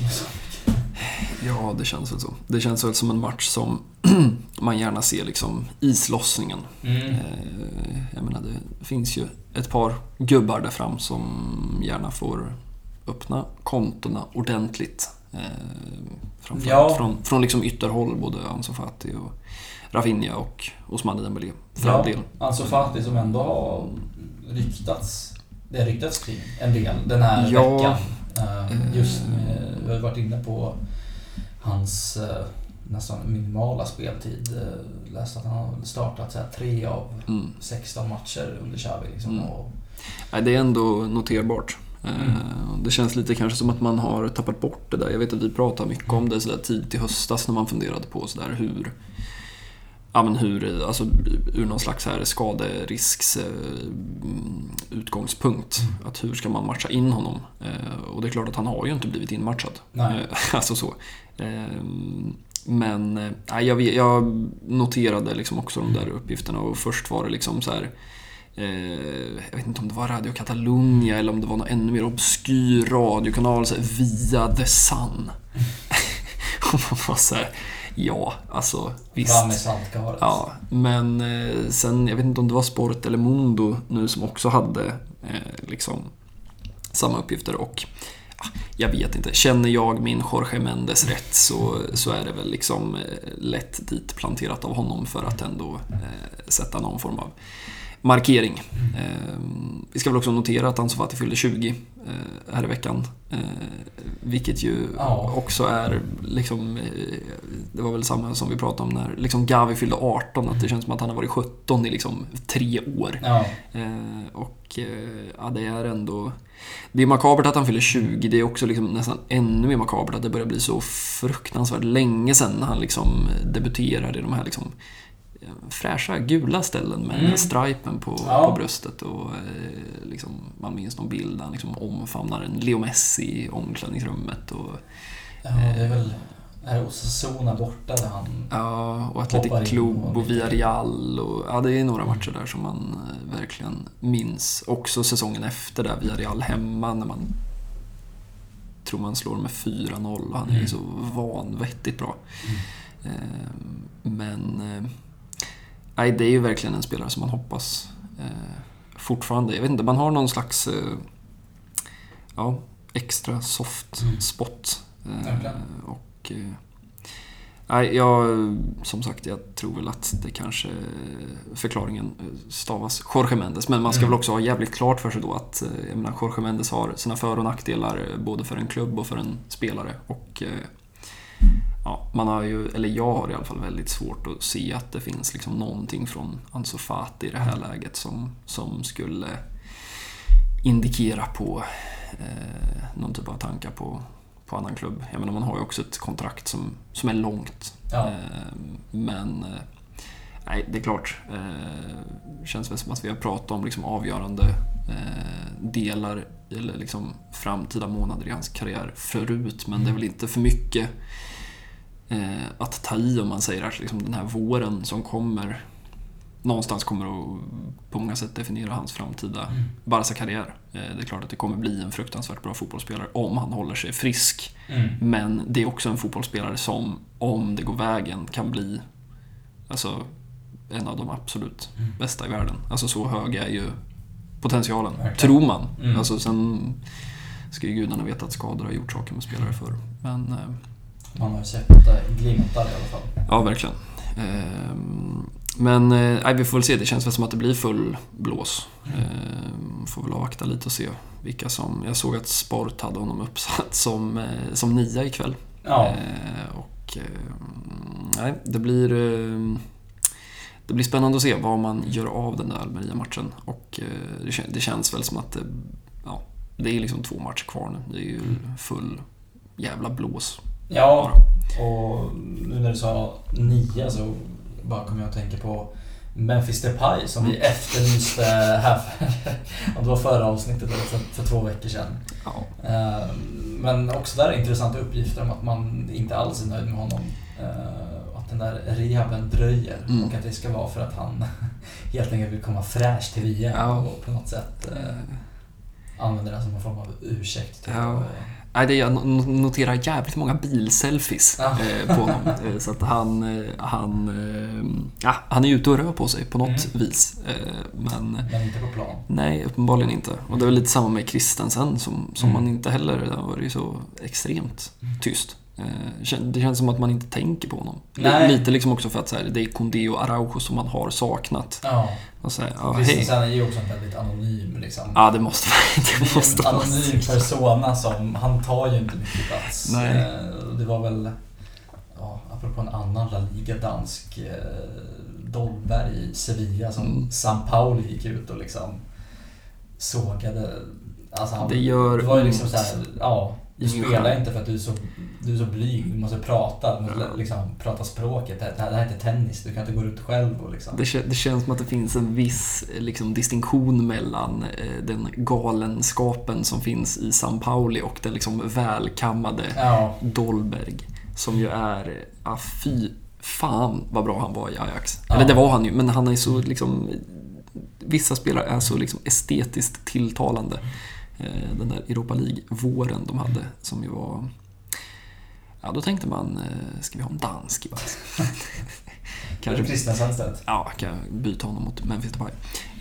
[SPEAKER 1] Ja, det känns väl så. Det känns väl som en match som man gärna ser liksom islossningen.
[SPEAKER 2] Mm.
[SPEAKER 1] Eh, jag menar, det finns ju ett par gubbar där fram som gärna får öppna kontona ordentligt. Eh, framförallt
[SPEAKER 2] Ja.
[SPEAKER 1] från, från liksom ytterhåll, både Ansu Fati och Rafinha och Ousmane Dembélé. För
[SPEAKER 2] Ja,
[SPEAKER 1] all del.
[SPEAKER 2] Ansu Fati som ändå har ryktats, det har ryktats kring en del den här
[SPEAKER 1] Ja.
[SPEAKER 2] veckan. Uh, just med, vi har varit inne på hans uh, nästan minimala speltid. Uh, läste att han har startat så här, tre av
[SPEAKER 1] Mm.
[SPEAKER 2] sexton matcher under Xavi liksom,
[SPEAKER 1] Mm.
[SPEAKER 2] och,
[SPEAKER 1] Nej, det är ändå noterbart.
[SPEAKER 2] Mm.
[SPEAKER 1] Eh, Det känns lite kanske som att man har tappat bort det där. Jag vet att vi pratade mycket om det så där tidigt i höstas när man funderade på så där hur, ja, men hur, alltså ur någon slags här skaderisks eh, utgångspunkt.
[SPEAKER 2] Mm.
[SPEAKER 1] Att hur ska man matcha in honom? Eh, och det är klart att han har ju inte blivit inmatchad.
[SPEAKER 2] Nej.
[SPEAKER 1] Eh, alltså så. Eh, men eh, jag, vet, jag noterade liksom också de där uppgifterna, och först var det liksom så här. Jag vet inte om det var Radio Catalunya eller om det var någon ännu mer obskyr radiokanal så här, via The Sun. Och man var så här, Ja, alltså visst.
[SPEAKER 2] Fram i saltkaret.
[SPEAKER 1] Ja, men eh, sen, jag vet inte om det var Sport eller Mundo nu som också hade eh, liksom samma uppgifter och ja, jag vet inte, känner jag min Jorge Mendes rätt så, så är det väl liksom eh, lätt dit planterat av honom för att ändå eh, sätta någon form av markering. Eh, vi ska väl också notera att Ansu Fati fyllde tjugo eh, här i veckan. Eh, vilket ju
[SPEAKER 2] ja.
[SPEAKER 1] också är liksom, eh, det var väl samma som vi pratade om när liksom Gavi fyllde arton, att det känns som att han har varit sjutton i liksom tre år.
[SPEAKER 2] Ja.
[SPEAKER 1] Eh, och eh, ja, det är ändå, det är makabert att han fyller tjugo, det är också liksom nästan ännu mer makabert att det börjar bli så fruktansvärt länge sedan han liksom debuterade i de här liksom fräscha gula ställen med mm. stripen på,
[SPEAKER 2] ja.
[SPEAKER 1] på bröstet och eh, liksom, man minns någon bild där han liksom omfamnar en Leo Messi i omklädningsrummet och,
[SPEAKER 2] ja, det är väl är Osasuna borta där han
[SPEAKER 1] ja, och Athletic Club och Villarreal och ja, det är några matcher där som man eh, verkligen minns. Också säsongen efter där Villarreal hemma när man tror man slår med fyra noll och han är mm. så vanvettigt bra. Mm. Eh, men eh, nej, det är ju verkligen en spelare som man hoppas eh, fortfarande, jag vet inte, man har någon slags eh, ja, extra soft spot eh,
[SPEAKER 2] mm.
[SPEAKER 1] och eh, nej, jag, som sagt, jag tror väl att det kanske förklaringen stavas Jorge Mendes, men man ska mm. väl också ha jävligt klart för sig då att jag menar, Jorge Mendes har sina för- och nackdelar både för en klubb och för en spelare och eh, ja, man har ju, eller jag har i alla fall väldigt svårt att se att det finns liksom någonting från Ansu Fati i det här läget som, som skulle indikera på eh, någon typ av tankar på, på annan klubb. Jag menar, man har ju också ett kontrakt som, som är långt.
[SPEAKER 2] Ja.
[SPEAKER 1] Eh, men eh, nej, det är klart. Eh, känns väl som att vi har pratat om liksom avgörande eh, delar eller liksom framtida månader i hans karriär förut, men mm. det är väl inte för mycket eh, att ta i om man säger att liksom den här våren som kommer någonstans kommer att på många sätt definiera hans framtida mm. Barca-karriär. Eh, det är klart att det kommer bli en fruktansvärt bra fotbollsspelare om han håller sig frisk. Mm. Men det är också en fotbollsspelare som, om det går vägen, kan bli alltså en av de absolut mm. bästa i världen. Alltså så hög är ju potentialen, verkligen. Tror man. Mm. Alltså sen ska ju gudarna veta att skador har gjort saker med spelare förr. Men eh,
[SPEAKER 2] man har ju sett glimtar i alla fall.
[SPEAKER 1] Ja, verkligen. Eh, men eh, vi får väl se, det känns väl som att det blir full blås. Eh, får väl avvakta lite och se vilka som, jag såg att Sport hade honom uppsatt som, eh, som nia ikväll.
[SPEAKER 2] Ja.
[SPEAKER 1] Eh, och eh, nej, det blir eh, det blir spännande att se vad man gör av den där Almeria-matchen. Och eh, det, det känns väl som att det, ja, det är liksom två matcher kvar nu. Det är ju full jävla blås.
[SPEAKER 2] Ja, och nu när du sa nio så bara kommer jag att tänka på Memphis Depay som vi efterlyste här för, om det var förra avsnittet eller för, för två veckor sedan.
[SPEAKER 1] Ja.
[SPEAKER 2] Men också där är intressanta uppgifter om att man inte alls är nöjd med honom. Att den där rehaben dröjer mm. och att det ska vara för att han helt enkelt vill komma fräsch till V M ja. Och på något sätt använder den som en form av ursäkt till
[SPEAKER 1] ja. Nej, det jag noterar jävligt många bilselfies ja. på honom. Så att han, han, ja, han är ute och rör på sig på något mm. vis. Men,
[SPEAKER 2] men inte på plan.
[SPEAKER 1] Nej, uppenbarligen inte. Och det är väl lite samma med Christensen som, som mm. man inte heller, det var ju så extremt tyst. Det känns som att man inte tänker på honom. Nej. Lite liksom också för att så här, det är Koundé och Araujo som man har saknat.
[SPEAKER 2] Ja.
[SPEAKER 1] Och så här, ja,
[SPEAKER 2] Christensen är ju också en väldigt anonym liksom.
[SPEAKER 1] Ja, det måste vara. Det måste
[SPEAKER 2] en anonym persona som, han tar ju inte mycket plats.
[SPEAKER 1] Nej.
[SPEAKER 2] Det var väl, ja, apropå en annan La Liga dansk Dolberg i Sevilla som mm. San Pauli gick ut och liksom sågade. Alltså han,
[SPEAKER 1] det gör
[SPEAKER 2] det var ju liksom så här, ja. Du spelar inte för att du är så, du är så blyg. Du måste prata, du måste liksom prata språket. Det här, det här är inte tennis, du kan inte gå ut själv. Och liksom.
[SPEAKER 1] det, det känns som att det finns en viss liksom, distinktion mellan eh, den galenskapen som finns i San Pauli och den liksom, välkammade ja. Dolberg. Som ju är, ah, fy fan vad bra han var i Ajax. Ja. Eller det var han ju, men han är så liksom, vissa spelare är så liksom, estetiskt tilltalande. Den där Europa League-våren de hade som ju var Ja, då tänkte man, eh, ska vi ha en dansk i Bajs?
[SPEAKER 2] Kanske Christensen istället.
[SPEAKER 1] Ja, kan jag byta honom mot Memphis Depay.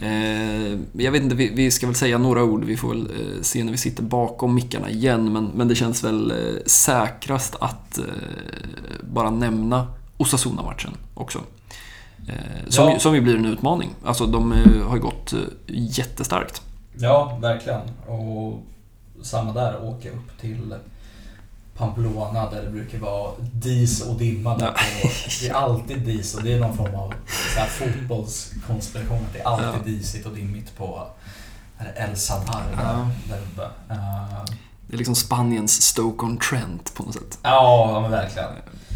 [SPEAKER 1] Eh, jag vet inte, vi, vi ska väl säga några ord. Vi får väl eh, se när vi sitter bakom mickarna igen. Men, men det känns väl eh, säkrast att eh, bara nämna Osasuna-matchen också. Eh, som,
[SPEAKER 2] ja.
[SPEAKER 1] som ju blir en utmaning. Alltså, de eh, har ju gått eh, jättestarkt.
[SPEAKER 2] Ja, verkligen. Och samma där, åka upp till Pamplona där det brukar vara dis och dimma där på, det är alltid dis och det är någon form av så här fotbollskonspiration, det är alltid ja. disigt och dimmigt på El Sadar ja. där uppe. Uh,
[SPEAKER 1] det är liksom Spaniens Stoke-on-Trent på något sätt.
[SPEAKER 2] Ja, men verkligen.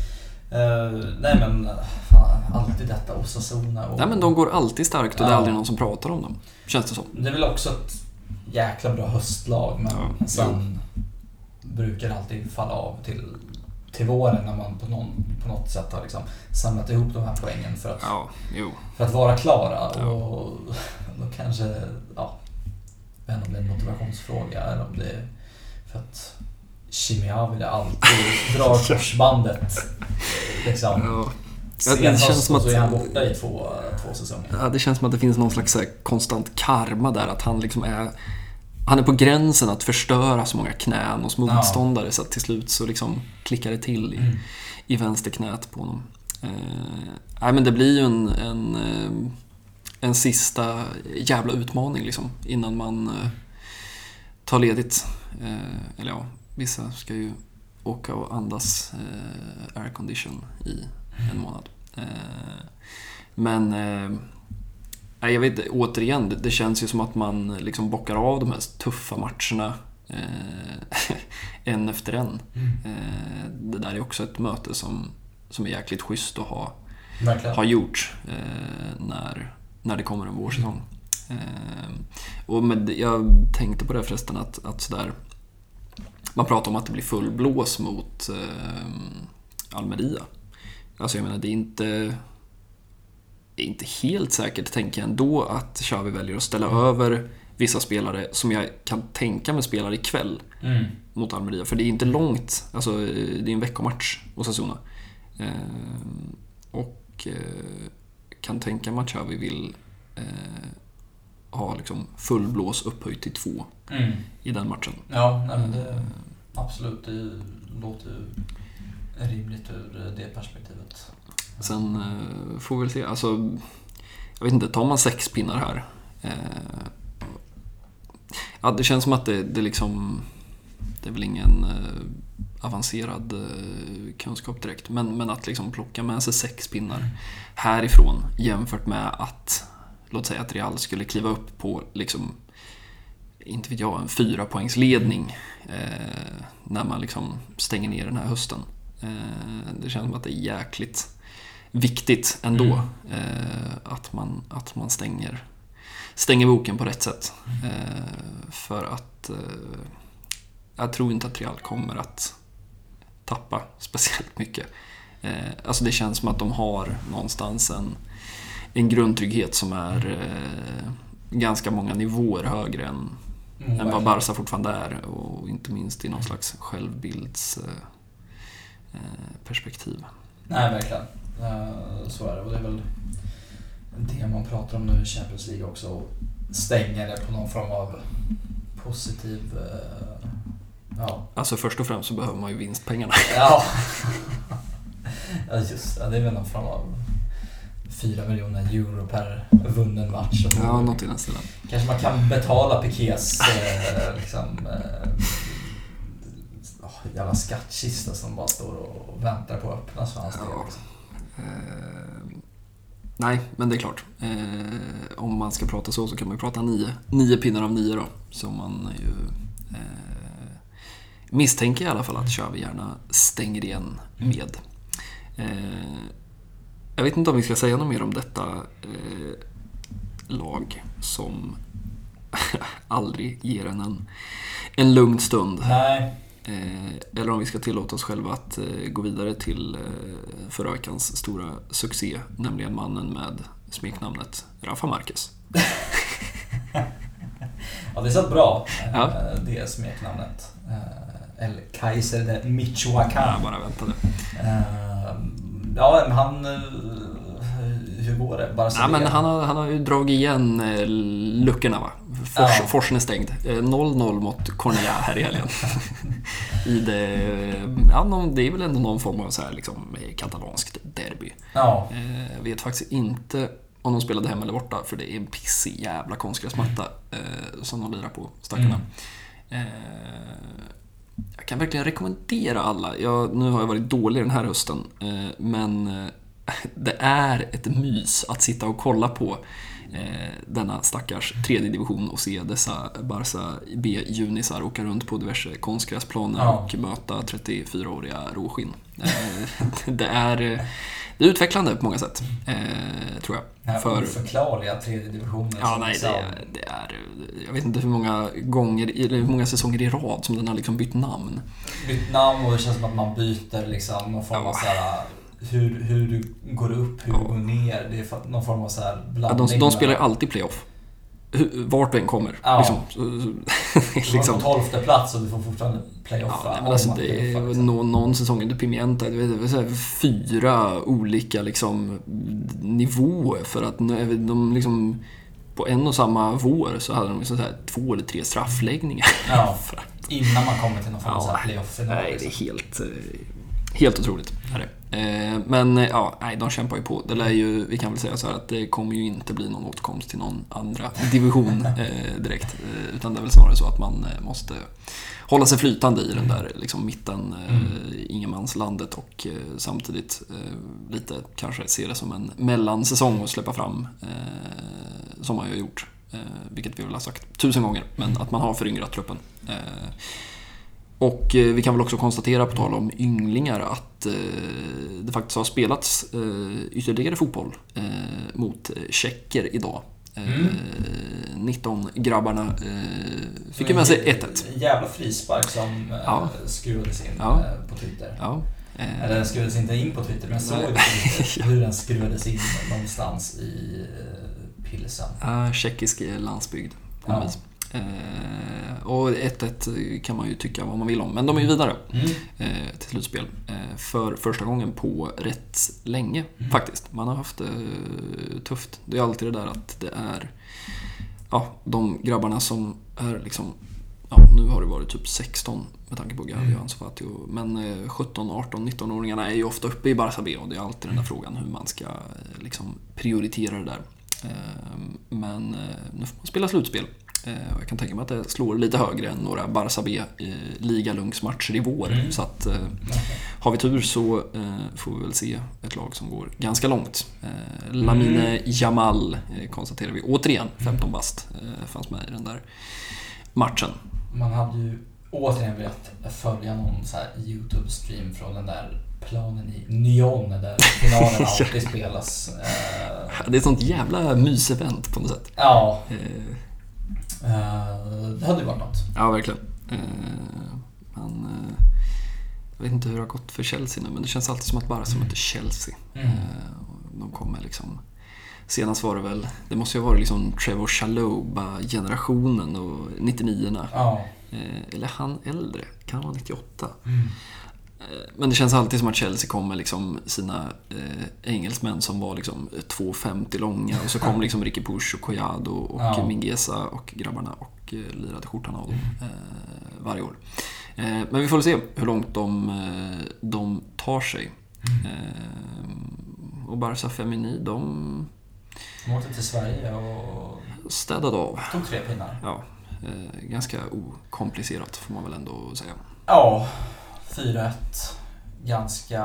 [SPEAKER 2] Uh, nej men fan, alltid detta Osasuna och,
[SPEAKER 1] nej men de går alltid starkt och ja. det är aldrig någon som pratar om dem, känns det som.
[SPEAKER 2] Det är väl också ett jäkla bra höstlag, men ja. sen brukar alltid falla av till, till våren när man på, någon, på något sätt har liksom samlat ihop de här poängen för att,
[SPEAKER 1] ja, jo.
[SPEAKER 2] För att vara klara. Ja. Och då kanske, ja, jag vet inte om det är en motivationsfråga eller om det är för att Chimiavile alltid drar korsbandet liksom.
[SPEAKER 1] Ja.
[SPEAKER 2] Ja, det känns som att så är han borta i två, två säsonger.
[SPEAKER 1] Ja, det känns som att det finns någon slags konstant karma där, att han liksom är han är på gränsen att förstöra så många knän hos motståndare, ja. så att till slut så liksom klickar det till i, mm. i vänsterknät på honom. Eh, nej, men det blir ju en, en, en sista jävla utmaning liksom, innan man eh, tar ledigt. Eh, eller ja, vissa ska ju åka och andas eh, aircondition i en månad. Eh, men eh, jag vet, återigen, det, det känns ju som att man liksom bockar av de här tuffa matcherna eh, en efter en. Mm. Eh, det där är också ett möte som, som är jäkligt schysst att ha, ha gjort eh, när, när det kommer en vårsäsong. Eh, och med, jag tänkte på det förresten att, att sådär, man pratar om att det blir full blås mot eh, Almeria. Alltså jag menar, det är inte... Det är inte helt säkert, tänker jag ändå, att Xavi väljer att ställa mm. över vissa spelare som jag kan tänka mig spelar ikväll mm. mot Almeria. För det är inte långt, alltså det är en veckomatch hos Osasuna. Eh, och eh, kan tänka mig att Xavi vill eh, ha liksom full blås upphöjt till två mm. i den matchen.
[SPEAKER 2] Ja, nej, men det, absolut, det låter ju rimligt ur det perspektivet.
[SPEAKER 1] Sen eh, får vi väl se, alltså jag vet inte, tar man sex pinnar här eh, ja, det känns som att det, det liksom det är väl ingen eh, avancerad eh, kunskap direkt, men, men att liksom plocka med sig sex pinnar mm. härifrån jämfört med att, låt säga att Real skulle kliva upp på liksom, inte vet jag, en fyra poängs ledning eh, när man liksom stänger ner den här hösten. Eh, det känns som att det är jäkligt viktigt ändå mm. eh, att man, att man stänger, stänger boken på rätt sätt. Eh, för att eh, jag tror inte att Real kommer att tappa speciellt mycket. Eh, alltså det känns som att de har någonstans en, en grundtrygghet som är eh, ganska många nivåer högre än, mm, än vad Barca fortfarande är, och inte minst i någon slags självbilds eh, perspektiv.
[SPEAKER 2] Nej, verkligen. Så är det, och det är väl det man pratar om nu i Champions League också, och stänger det på någon form av positiv, ja.
[SPEAKER 1] Alltså först och främst så behöver man ju vinstpengarna.
[SPEAKER 2] Ja, ja just det, det är väl någon form av fyra miljoner euro per vunnen match. Och
[SPEAKER 1] ja, något i den stilen.
[SPEAKER 2] Kanske man kan betala Pikés eh, liksom eh, jävla skattkista som bara står och väntar på att öppnas för hans del.
[SPEAKER 1] Ja. Eh, nej, men det är klart. Eh, om man ska prata så så kan man ju prata nio, nio pinnar av nio då. Som man ju eh, misstänker i alla fall att Xavi gärna stänger igen med. Eh, jag vet inte om vi ska säga något mer om detta eh, lag som aldrig ger en en, en lugn stund.
[SPEAKER 2] Nej.
[SPEAKER 1] Eh, eller om vi ska tillåta oss själva att eh, gå vidare till eh, förra veckans stora succé, nämligen mannen med smeknamnet Rafa Marquez.
[SPEAKER 2] Ja, det är så bra,
[SPEAKER 1] ja.
[SPEAKER 2] Det smeknamnet. El Kaiser de Michoacán.
[SPEAKER 1] Jag bara väntade.
[SPEAKER 2] Uh, ja, men han... Uh, hur går det? Bara
[SPEAKER 1] ja, men han, har, han har ju dragit igen eh, luckorna, va? Fors, ja. Forsen är stängd. Eh, noll noll mot Cornellà här i helgen. I det, ja, det är väl ändå någon form av så här, liksom, katalanskt derby.
[SPEAKER 2] Ja.
[SPEAKER 1] Eh, jag vet faktiskt inte om de spelade hem eller borta, för det är en pissig jävla konstgräsmatta eh, som de lirar på, stackarna. Mm. Eh, jag kan verkligen rekommendera alla. Jag, nu har jag varit dålig den här hösten, eh, men eh, det är ett mys att sitta och kolla på eh, denna stackars tredje division och se dessa Barca B-junisar åka runt på diverse konstgräsplaner ja. och möta trettiofyraåriga råskinn. Eh, det är det är utvecklande på många sätt, eh, tror jag.
[SPEAKER 2] Ja, för förklarliga tredje divisioner.
[SPEAKER 1] Ja, nej, det är, det är... Jag vet inte hur många gånger, eller hur många säsonger i rad som den har liksom bytt namn.
[SPEAKER 2] Bytt namn, och det känns som att man byter liksom någon form av så här, hur, hur du går upp, hur ja. du går ner. Det är någon form av så här blandning.
[SPEAKER 1] Ja, de, de spelar ju alltid playoff. Vart den kommer.
[SPEAKER 2] Ja.
[SPEAKER 1] Liksom,
[SPEAKER 2] liksom. På tolfte plats och du får fortfarande playoff.
[SPEAKER 1] Ja, men alltså, det är någon, någon säsong under Pimienta, det är så här, fyra olika liksom, nivåer, för att de liksom, på en och samma vår så hade de liksom så här, två eller tre straffläggningar.
[SPEAKER 2] Ja, innan man kommer till någon form av ja, playoff.
[SPEAKER 1] Nej, det är helt... Helt otroligt är det. Men ja, nej, de kämpar ju på. Det lär ju, vi kan väl säga så här att det kommer ju inte bli någon åtkomst till någon andra division eh, direkt. Eh, utan det är väl snarare så att man eh, måste hålla sig flytande i den där liksom, mitten, eh, mm. ingenmanslandet, och eh, samtidigt eh, lite kanske se det som en mellansäsong och släppa fram eh, som man ju har gjort. Eh, vilket vi väl har sagt tusen gånger, men att man har föryngrat truppen. Eh, Och vi kan väl också konstatera, på tal om ynglingar, att eh, det faktiskt har spelats eh, ytterligare fotboll eh, mot tjecker idag. Eh, mm. nitton grabbarna eh, fick ju med sig ett ett.
[SPEAKER 2] En jävla frispark som eh, ja. skruvades in
[SPEAKER 1] ja.
[SPEAKER 2] eh, på Twitter.
[SPEAKER 1] Ja. Eh.
[SPEAKER 2] Eller den skruvades inte in på Twitter, men jag såg det på Twitter, hur den skruvades in någonstans i eh, Pilsen.
[SPEAKER 1] Ja, tjeckisk landsbygd på något vis. Eh, och ett ett kan man ju tycka vad man vill om, men de är ju vidare mm. eh, till slutspel eh, för första gången på rätt länge mm. faktiskt. Man har haft det eh, tufft. Det är alltid det där att det är ja, de grabbarna som är liksom, ja, nu har det varit typ sexton med tanke på Gavi och Ansu Fati, men eh, sjutton, arton, nitton-åringarna är ju ofta uppe i Barça B, och det är alltid den där frågan hur man ska eh, liksom prioritera det där. Eh, men eh, nu får man spela slutspel. Jag kan tänka mig att det slår lite högre än några Barça B ligalungsmatcher i vår. Mm. Så att okay. har vi tur så eh, får vi väl se ett lag som går ganska långt. Eh, Lamine mm. Yamal eh, konstaterar vi återigen, femton bast eh, fanns med i den där matchen.
[SPEAKER 2] Man hade ju återigen velat följa någon så här YouTube-stream från den där planen i Nyon där finalen alltid spelas. Eh.
[SPEAKER 1] Det är ett sånt jävla mysevent på något sätt.
[SPEAKER 2] Ja.
[SPEAKER 1] Eh.
[SPEAKER 2] Uh, det hade ju varit något.
[SPEAKER 1] Ja, verkligen. Uh, men uh, jag vet inte hur det har gått för Chelsea nu, men det känns alltid som att bara som inte Chelsea. Mm. Uh, de kommer liksom. Senast var det väl, det måste ju ha varit liksom Trevor Chalobah-generationen och nittionio-orna.
[SPEAKER 2] Ja.
[SPEAKER 1] Uh, eller han äldre, kan han vara nittioåtta?
[SPEAKER 2] Mm.
[SPEAKER 1] Men det känns alltid som att Chelsea kom med liksom sina eh, engelsmän som var liksom två femtio långa, och så kom liksom Ricky Push och Collado och ja. Mingueza och grabbarna och eh, lirade skjortan av dem eh, varje år. Eh, men vi får se hur långt de, eh, de tar sig. Eh, och Barça Femini, de...
[SPEAKER 2] De åkte till Sverige och...
[SPEAKER 1] städade av.
[SPEAKER 2] Tog tre pinnar.
[SPEAKER 1] Ja, eh, ganska okomplicerat får man väl ändå säga.
[SPEAKER 2] Ja. fyra ett, ganska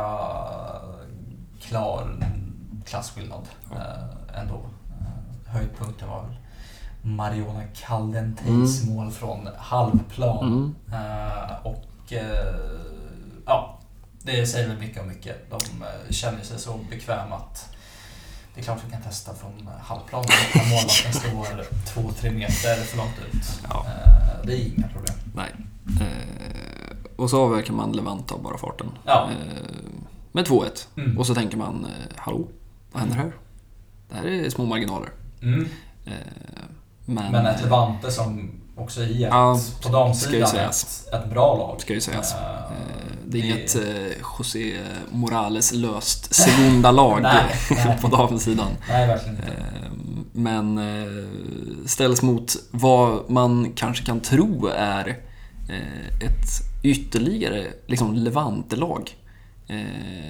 [SPEAKER 2] klar klasskillnad ja. eh, ändå. Eh, höjdpunkten var väl Mariona Caldenteis mm. mål från halvplan. Mm. Eh, och eh, ja, det säger väl mycket om mycket. De eh, känner sig så bekväma att det är klart vi kan testa från halvplan. Målvakten står två tre meter för långt ut.
[SPEAKER 1] Ja.
[SPEAKER 2] Eh, det är inga problem.
[SPEAKER 1] Nej. Eh, och så avverkar man Levante av bara farten.
[SPEAKER 2] Ja.
[SPEAKER 1] Eh, med två ett. Mm. Och så tänker man, eh, hallå, vad händer här? Det här är små marginaler.
[SPEAKER 2] Mm.
[SPEAKER 1] Eh, men,
[SPEAKER 2] men ett Levante som också i ett,
[SPEAKER 1] ja,
[SPEAKER 2] på damsidan ett, ett bra lag.
[SPEAKER 1] Ska ju sägas. Uh, det är
[SPEAKER 2] det...
[SPEAKER 1] inget uh, José Morales löst segunda lag
[SPEAKER 2] nej, nej.
[SPEAKER 1] på damsidan.
[SPEAKER 2] Nej, verkligen inte.
[SPEAKER 1] Uh, men uh, ställs mot vad man kanske kan tro är uh, ett ytterligare liksom Levante-lag. Uh,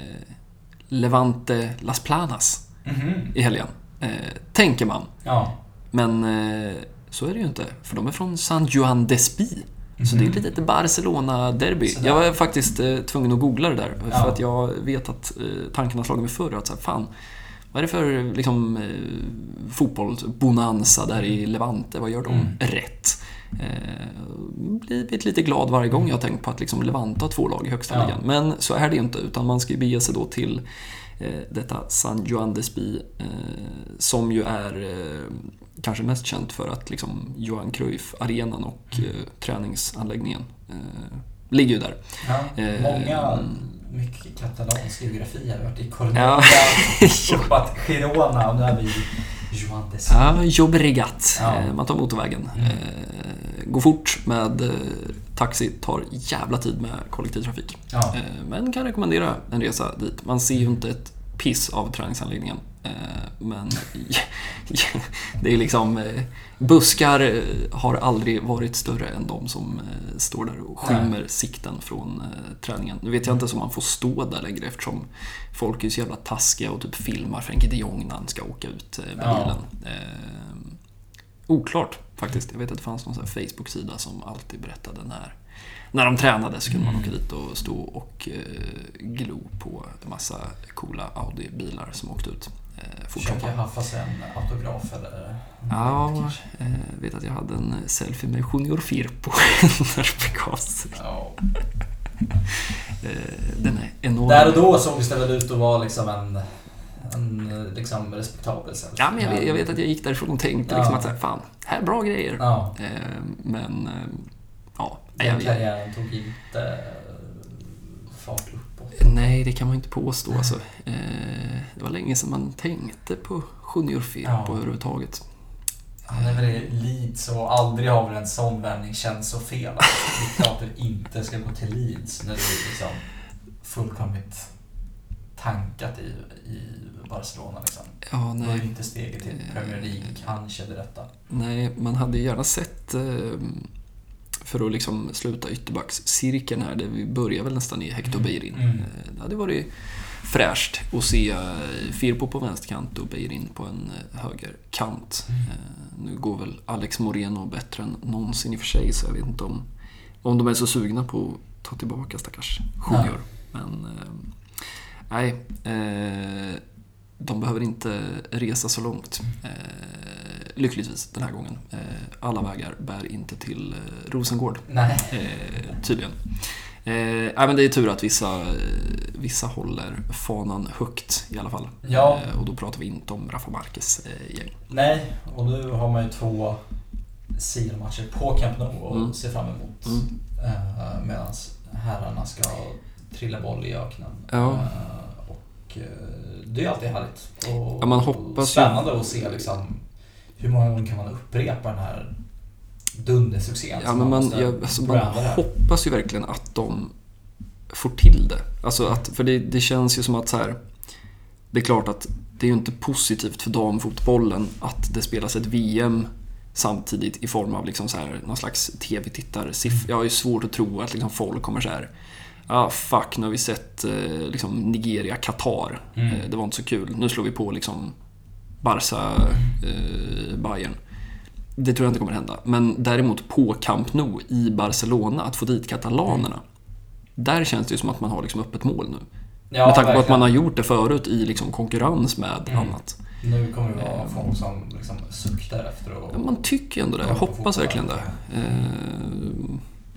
[SPEAKER 1] Levante Las Planas mm-hmm. i helgen. Uh, tänker man.
[SPEAKER 2] Ja.
[SPEAKER 1] Men uh, så är det ju inte, för de är från San Juan Despí. Mm-hmm. Så det är lite Barcelona-derby. Jag var faktiskt eh, tvungen att googla det där. Ja. För att jag vet att eh, tanken har slagit mig förr. Att så här, fan, vad är det för liksom, eh, fotbollsbonanza där i Levante? Vad gör de mm. rätt? Eh, blivit lite glad varje gång jag har tänkt på att liksom, Levante har två lag i högsta ja. ligan. Men så är det ju inte, utan man ska ju bege sig då till eh, detta San Juan Despí eh, som ju är eh, kanske mest känt för att liksom Johan Cruyff-arenan och mm. eh, träningsanläggningen eh, ligger ju där.
[SPEAKER 2] Ja,
[SPEAKER 1] eh,
[SPEAKER 2] många, mycket katalansk geografi har varit i Cornellà, uppat Girona och nu är vi Joan Despí.
[SPEAKER 1] Ja, Llobregat.
[SPEAKER 2] Ja.
[SPEAKER 1] Eh, man tar motorvägen.
[SPEAKER 2] Mm.
[SPEAKER 1] Eh, går fort med eh, taxi, tar jävla tid med kollektivtrafik.
[SPEAKER 2] Ja.
[SPEAKER 1] Eh, men kan rekommendera en resa dit. Man ser ju inte ett piss av träningsanläggningen. Men det är liksom buskar har aldrig varit större än de som står där och skymmer sikten från träningen. Nu vet jag inte om man får stå där längre eftersom folk är så jävla taskiga och typ filmar Frenkie de Jong när han ska åka ut med bilen. Ja. Eh, oklart faktiskt. Jag vet att det fanns någon sån här Facebook-sida som alltid berättade när När de tränade så kunde man åka dit och stå och eh, glo på en massa coola Audi-bilar som åkte ut. Eh,
[SPEAKER 2] Försöker haffa sig en autograf eller?
[SPEAKER 1] Ja, jag eh, vet att jag hade en selfie med Junior Firpo när det begav sig.
[SPEAKER 2] Ja.
[SPEAKER 1] eh, den är enorm.
[SPEAKER 2] Där och då såg det väl ut att vara liksom en, en liksom respektabel selfie.
[SPEAKER 1] Ja, men jag vet, jag vet att jag gick därifrån och tänkte ja. liksom att så här, fan, här är bra grejer.
[SPEAKER 2] Ja.
[SPEAKER 1] Eh, men... Eh, ja,
[SPEAKER 2] den karriären tog inte fart uppåt.
[SPEAKER 1] Nej, det kan man inte påstå. Alltså. Eh, det var länge sedan man tänkte på Junior Firpo ja. överhuvudtaget.
[SPEAKER 2] Han är väl i Leeds och aldrig har väl en sån vändning känns så fel. Alltså, det är klart att det inte ska gå till Leeds när det är liksom fullkomligt tankat i, i Barcelona. Liksom.
[SPEAKER 1] Ja, nej.
[SPEAKER 2] Det är inte steget till Premier League, kanske det rätta.
[SPEAKER 1] Nej, man hade gärna sett... Eh, för att liksom sluta ytterbackscirkeln här, där vi börjar väl nästan i Hector Bellerin. Mm. Det hade varit fräscht att se Firpo på vänsterkant och Bellerin på en högerkant. Mm. Nu går väl Alex Moreno bättre än någonsin i och för sig, så jag vet inte om, om de är så sugna på att ta tillbaka stackars Junior. Ja. Men nej, eh, de behöver inte resa så långt. Eh, lyckligtvis den här gången. Eh, alla vägar bär inte till eh, Rosengård.
[SPEAKER 2] Nej.
[SPEAKER 1] Eh, tydligen. Eh, nej, men det är tur att vissa, vissa håller fanan högt i alla fall.
[SPEAKER 2] Ja.
[SPEAKER 1] Eh, och då pratar vi inte om Rafa Marquez eh, gäng.
[SPEAKER 2] Nej, och nu har man ju två silmatcher på Camp Nou och mm. ser fram emot. Mm. Eh, medan herrarna ska trilla boll i öknen.
[SPEAKER 1] Ja.
[SPEAKER 2] Eh, och det är alltid härligt. Och,
[SPEAKER 1] ja, man hoppas
[SPEAKER 2] spännande
[SPEAKER 1] ju...
[SPEAKER 2] att se liksom, hur många gånger kan man upprepa den här dundersuccén.
[SPEAKER 1] Ja, men man, jag, alltså, man hoppas ju verkligen att de får till det. Alltså att, för det, det känns ju som att så här, det är klart att det är ju inte positivt för damfotbollen att det spelas ett V M samtidigt i form av liksom så här, någon slags tv-tittarsiffra. Jag har ju svårt att tro att liksom folk kommer så här, ah fuck, nu har vi sett eh, liksom Nigeria, Qatar. Mm. Eh, det var inte så kul. Nu slår vi på liksom Barca, eh, Bayern. Det tror jag inte kommer hända. Men däremot på Camp Nou i Barcelona, att få dit katalanerna. Mm. Där känns det ju som att man har liksom öppet mål nu.
[SPEAKER 2] Ja,
[SPEAKER 1] med tanke på att man har gjort det förut i liksom konkurrens med mm. annat.
[SPEAKER 2] Nu kommer det vara eh, folk som liksom suktar efter och...
[SPEAKER 1] Man tycker ju ändå det. Jag hoppas verkligen det. Eh,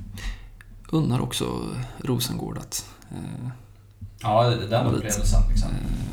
[SPEAKER 1] undrar också Rosengård att... Eh,
[SPEAKER 2] ja, det är den upplevelsen liksom.
[SPEAKER 1] Eh,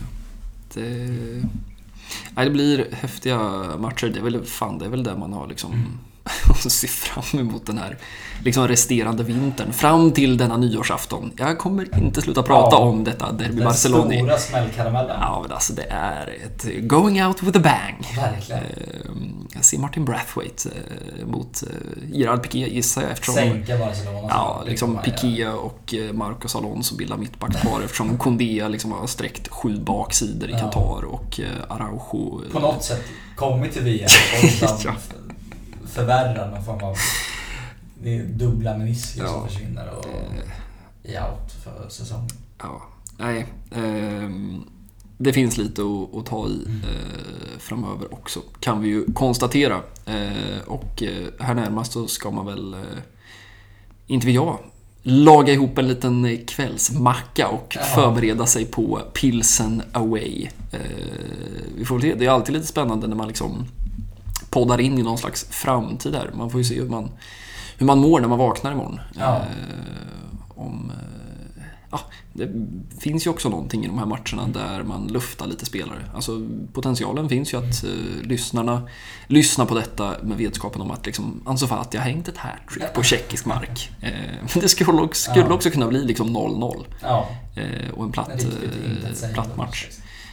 [SPEAKER 1] det... Nej, det blir häftiga matcher. Det är väl, fan, det är väl där man har liksom mm. och ser fram emot den här liksom resterande vintern fram till denna nyårsafton. Jag kommer inte sluta prata
[SPEAKER 2] ja,
[SPEAKER 1] om detta derby
[SPEAKER 2] den
[SPEAKER 1] Barcelona.
[SPEAKER 2] Den stora smällkaramellen.
[SPEAKER 1] Ja, men alltså det är ett going out with a bang.
[SPEAKER 2] Verkligen.
[SPEAKER 1] Jag ser Martin Brathwaite mot Gerard Piqué, gissar jag, eftersom
[SPEAKER 2] sänka Barcelona.
[SPEAKER 1] Ja, liksom Piqué och Marcos Alonso bildar mittbackspar eftersom Koundé liksom har sträckt sju baksidor i
[SPEAKER 2] ja.
[SPEAKER 1] Qatar och Araujo
[SPEAKER 2] på något sätt kommit till V M och liksom ja. förvärrar någon form av det är dubbla menisker ja. som försvinner och är out för säsongen.
[SPEAKER 1] Ja, nej. Eh, det finns lite att, att ta i eh, framöver också, kan vi ju konstatera. Eh, och eh, här närmast så ska man väl, eh, inte vet jag, laga ihop en liten kvällsmacka och ja. förbereda sig på Pilsen Away. Eh, vi får se, det är alltid lite spännande när man liksom poddar in i någon slags framtid där. Man får ju se hur man, hur man mår när man vaknar imorgon.
[SPEAKER 2] Ja.
[SPEAKER 1] Eh, om, eh, ja, det finns ju också någonting i de här matcherna där man luftar lite spelare. Alltså potentialen finns ju att eh, lyssnarna lyssnar på detta med vetskapen om att liksom, Ansu Fati har hängt ett hattrick på tjeckisk mark. Eh, men det skulle också, skulle också kunna bli liksom noll noll.
[SPEAKER 2] Ja.
[SPEAKER 1] Eh, och en platt, eh, platt match.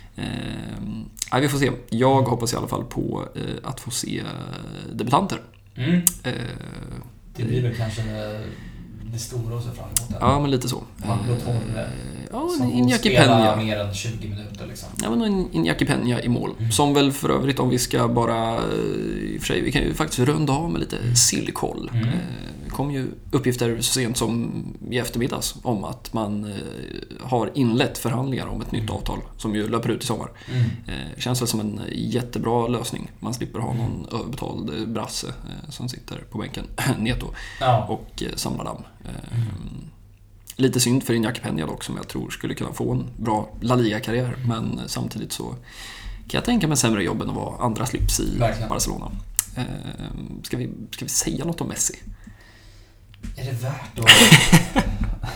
[SPEAKER 1] Eh, vi får se. Jag hoppas i alla fall på eh, att få se debutanter.
[SPEAKER 2] Mm.
[SPEAKER 1] Eh,
[SPEAKER 2] det blir väl kanske det stora att se fram emot.
[SPEAKER 1] Ja, men lite så.
[SPEAKER 2] Marco Torre.
[SPEAKER 1] Ja,
[SPEAKER 2] som
[SPEAKER 1] Iñaki Peña.
[SPEAKER 2] Mer än tjugo minuter liksom.
[SPEAKER 1] Ja, men Iñaki Peña i mål. Mm. Som väl för övrigt, om vi ska bara i och för sig, vi kan ju faktiskt runda av med lite sillkoll.
[SPEAKER 2] Mm.
[SPEAKER 1] Det kom ju uppgifter så sent som i eftermiddags om att man har inlett förhandlingar om ett nytt avtal som ju löper ut i sommar.
[SPEAKER 2] Mm.
[SPEAKER 1] Känns väl som en jättebra lösning. Man slipper ha någon mm. överbetald brasse som sitter på bänken, Neto, ja. och samlar damm. Mm. Lite synd för Iñaki Peña dock, som jag tror skulle kunna få en bra La Liga-karriär, men samtidigt så kan jag tänka mig sämre jobb än att vara andra slips i Verkligen. Barcelona. Ska vi, ska vi säga något om Messi?
[SPEAKER 2] Är det värt att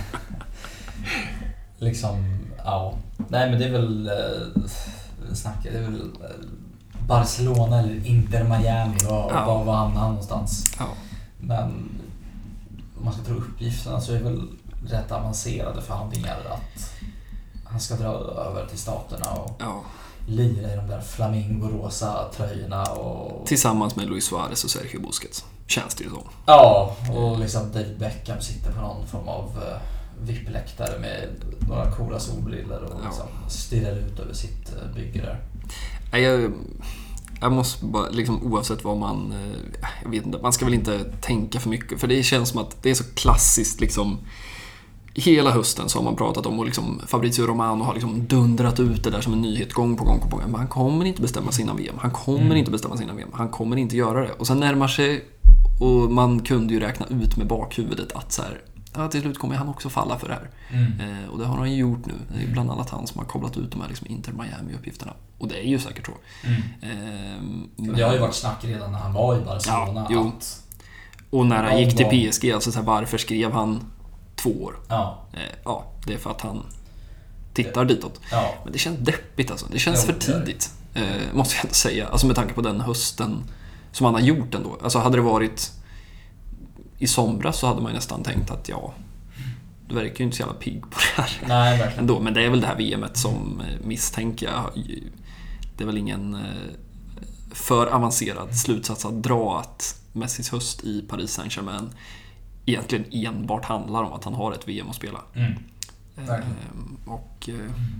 [SPEAKER 2] liksom, ja. Nej, men det är väl äh, snacka, det är väl Barcelona eller Inter Miami och ja. var var han någonstans.
[SPEAKER 1] Ja.
[SPEAKER 2] Men om man ska tro uppgifterna så är det väl rätt avancerade förhandlingar att han ska dra över till staterna och
[SPEAKER 1] ja.
[SPEAKER 2] lira i de där flamingo-rosa tröjorna och
[SPEAKER 1] tillsammans med Luis Suarez och Sergio Busquets, känns det ju så.
[SPEAKER 2] Ja, och liksom David Beckham sitter på någon form av uh, vippläktare med några coola solbrillor och liksom ja. stirrar ut över sitt uh, bygge där.
[SPEAKER 1] Jag, jag måste bara, liksom, oavsett vad man, jag vet inte, man ska väl inte tänka för mycket, för det känns som att det är så klassiskt liksom. Hela hösten så har man pratat om, och liksom Fabrizio Romano har liksom dundrat ut det där som en nyhet gång på gång på gång. Men han kommer inte bestämma sina V M. Han kommer mm. inte bestämma sina V M. Han kommer inte göra det. Och sen närmar sig, och man kunde ju räkna ut med bakhuvudet att så här, ja, till slut kommer han också falla för det här. Mm. Eh, och det har han ju gjort nu. Det är bland annat han som har kopplat ut de här liksom Inter Miami-uppgifterna. Och det är ju säkert så.
[SPEAKER 2] Mm.
[SPEAKER 1] Eh,
[SPEAKER 2] men... Det har ju varit snack redan när han var i Barcelona.
[SPEAKER 1] Ja, att... Och när han gick till P S G, alltså så här, varför skrev han två år?
[SPEAKER 2] Ja.
[SPEAKER 1] Eh, ja, det är för att han tittar ditåt.
[SPEAKER 2] Ja.
[SPEAKER 1] Men det känns deppigt alltså. Det känns jo, för tidigt. Eh, måste jag inte säga. Alltså med tanke på den hösten som han har gjort ändå. Alltså hade det varit i somras så hade man nästan tänkt att ja, det verkar ju inte så jävla pigg på det här.
[SPEAKER 2] Nej, verkligen.
[SPEAKER 1] Ändå. Men det är väl det här V M:et som misstänker jag. Det är väl ingen för avancerad slutsats att dra att Messis höst i Paris Saint-Germain egentligen enbart handlar om att han har ett V M att spela.
[SPEAKER 2] Mm.
[SPEAKER 1] Ehm, och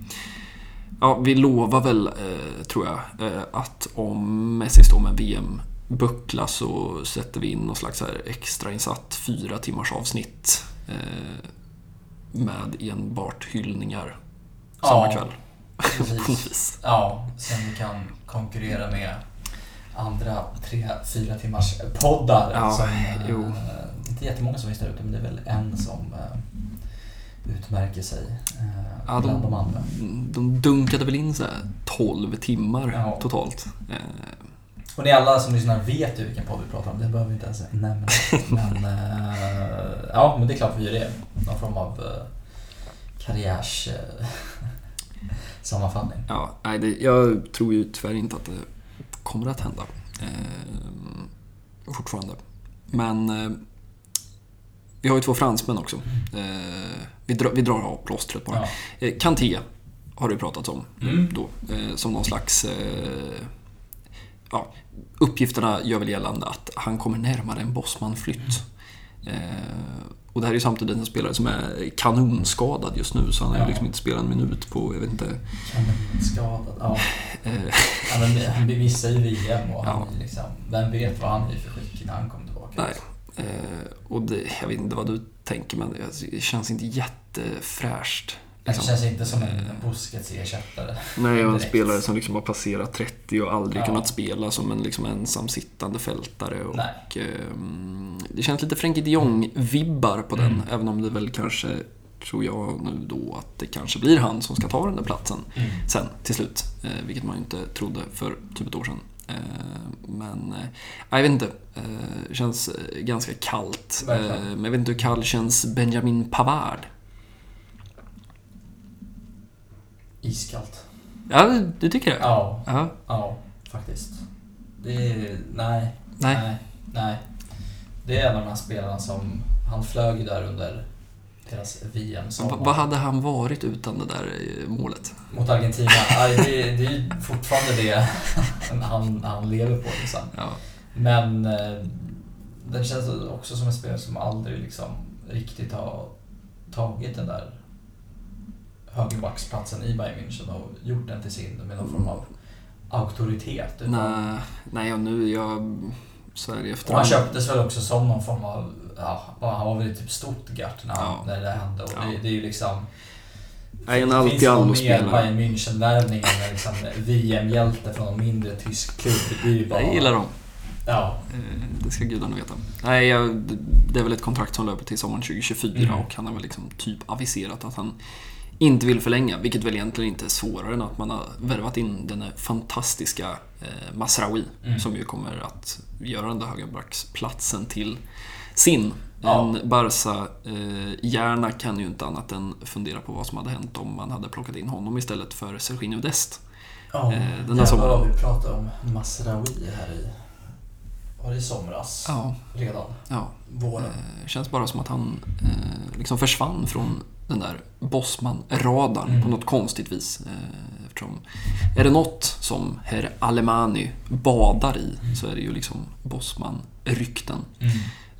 [SPEAKER 1] ja, vi lovar väl eh, tror jag eh, att om Messi står med V M buckla så sätter vi in någon slags här extrainsatt fyra timmars avsnitt eh, med enbart hyllningar samma
[SPEAKER 2] ja,
[SPEAKER 1] kväll.
[SPEAKER 2] Precis. Ja, sen vi kan konkurrera med andra tre, fyra timmars poddar
[SPEAKER 1] ja,
[SPEAKER 2] som
[SPEAKER 1] jo.
[SPEAKER 2] Eh, inte jättemånga som finns där ute, men det är väl en som eh, utmärker sig eh,
[SPEAKER 1] ja,
[SPEAKER 2] bland
[SPEAKER 1] de,
[SPEAKER 2] de andra.
[SPEAKER 1] De dunkade väl in så här tolv timmar ja. totalt. Eh,
[SPEAKER 2] Och ni alla som lyssnar vet ju vilken podd vi pratar om. Det behöver vi inte ens nämna. Men, äh, ja, men det är klart vi gör det. Någon form av äh, karriärs äh, sammanfattning.
[SPEAKER 1] Ja, nej, det, jag tror ju tyvärr inte att det kommer att hända. Eh, fortfarande. Men eh, vi har ju två fransmän också. Eh, vi, dra, vi drar av plåstret på det. Ja. Eh, Kanté har du pratat om mm. då, eh, som någon slags... Eh, ja, uppgifterna gör väl gällande att han kommer närmare en Bosman-flytt. Mm. Eh, och det här är ju samtidigt en spelare som är kanonskadad just nu, så han har ja. liksom inte spelat en minut på, jag vet inte...
[SPEAKER 2] Kanonskadad, ja. ja men han missar ju V M och han ja. liksom, vem vet vad han är för skick när han kommer tillbaka.
[SPEAKER 1] Nej. Eh, och det, jag vet inte vad du tänker, men det känns inte jättefräscht.
[SPEAKER 2] Liksom. Det känns inte som en Busquets-ersättare.
[SPEAKER 1] Nej, och en spelare som liksom har passerat trettio och aldrig ja. kunnat spela som en liksom ensam sittande fältare. Och, eh, det känns lite Frenkie de Jong-vibbar på den, mm. även om det väl kanske, tror jag nu då, att det kanske blir han som ska ta den där platsen mm. sen till slut, eh, vilket man ju inte trodde för typ ett år sedan. Eh, men eh, jag vet inte, eh, känns ganska kallt. Eh, men jag vet inte hur kall känns Benjamin Pavard.
[SPEAKER 2] Iskallt.
[SPEAKER 1] Ja, du tycker det?
[SPEAKER 2] Ja, ja, ja faktiskt. Det är, nej, nej, nej, nej. Det är en av de här spelarna som, han flög där under deras V M.
[SPEAKER 1] Va, vad hade han varit utan det där målet?
[SPEAKER 2] Mot Argentina. Aj, det, det är ju fortfarande det han, han lever på liksom. Ja. Men eh, den känns också som en spelare som aldrig liksom riktigt har tagit den där högerbacksplatsen i Bayern München och gjort den till sin med någon form av auktoritet. Utan...
[SPEAKER 1] Nej, nej, och nu jag så är det efter.
[SPEAKER 2] Och han köptes väl också som någon form av, ja, han var väl typ Stuttgart när, ja. när det hände. Och ja. det, det är ju liksom,
[SPEAKER 1] nej, en allt i allo spelare.
[SPEAKER 2] Bayern München-värvningen med liksom V M-hjälte från en mindre tysk klubb. Det är ju bara...
[SPEAKER 1] Jag gillar dem.
[SPEAKER 2] Ja.
[SPEAKER 1] Det ska gudarna veta. Nej, jag, det är väl ett kontrakt som löper till sommaren tjugo tjugofyra mm. och han har väl liksom typ aviserat att han inte vill förlänga, vilket väl egentligen inte är svårare än att man har värvat in den fantastiska eh, Masraoui mm. som ju kommer att göra den där högerbacksplatsen till sin. Ja. En Barca eh, hjärna kan ju inte annat än fundera på vad som hade hänt om man hade plockat in honom istället för Serginho Dest.
[SPEAKER 2] Ja, eh, den där sommaren. Vi pratade om Masraoui här i var det i somras ja. redan.
[SPEAKER 1] Ja.
[SPEAKER 2] Våren.
[SPEAKER 1] Eh, känns bara som att han eh, liksom försvann från den där Bosman-radarn mm. på något konstigt vis. Eh, eftersom är det något som herr Alemani badar i mm. så är det ju liksom Bosman-rykten. Mm.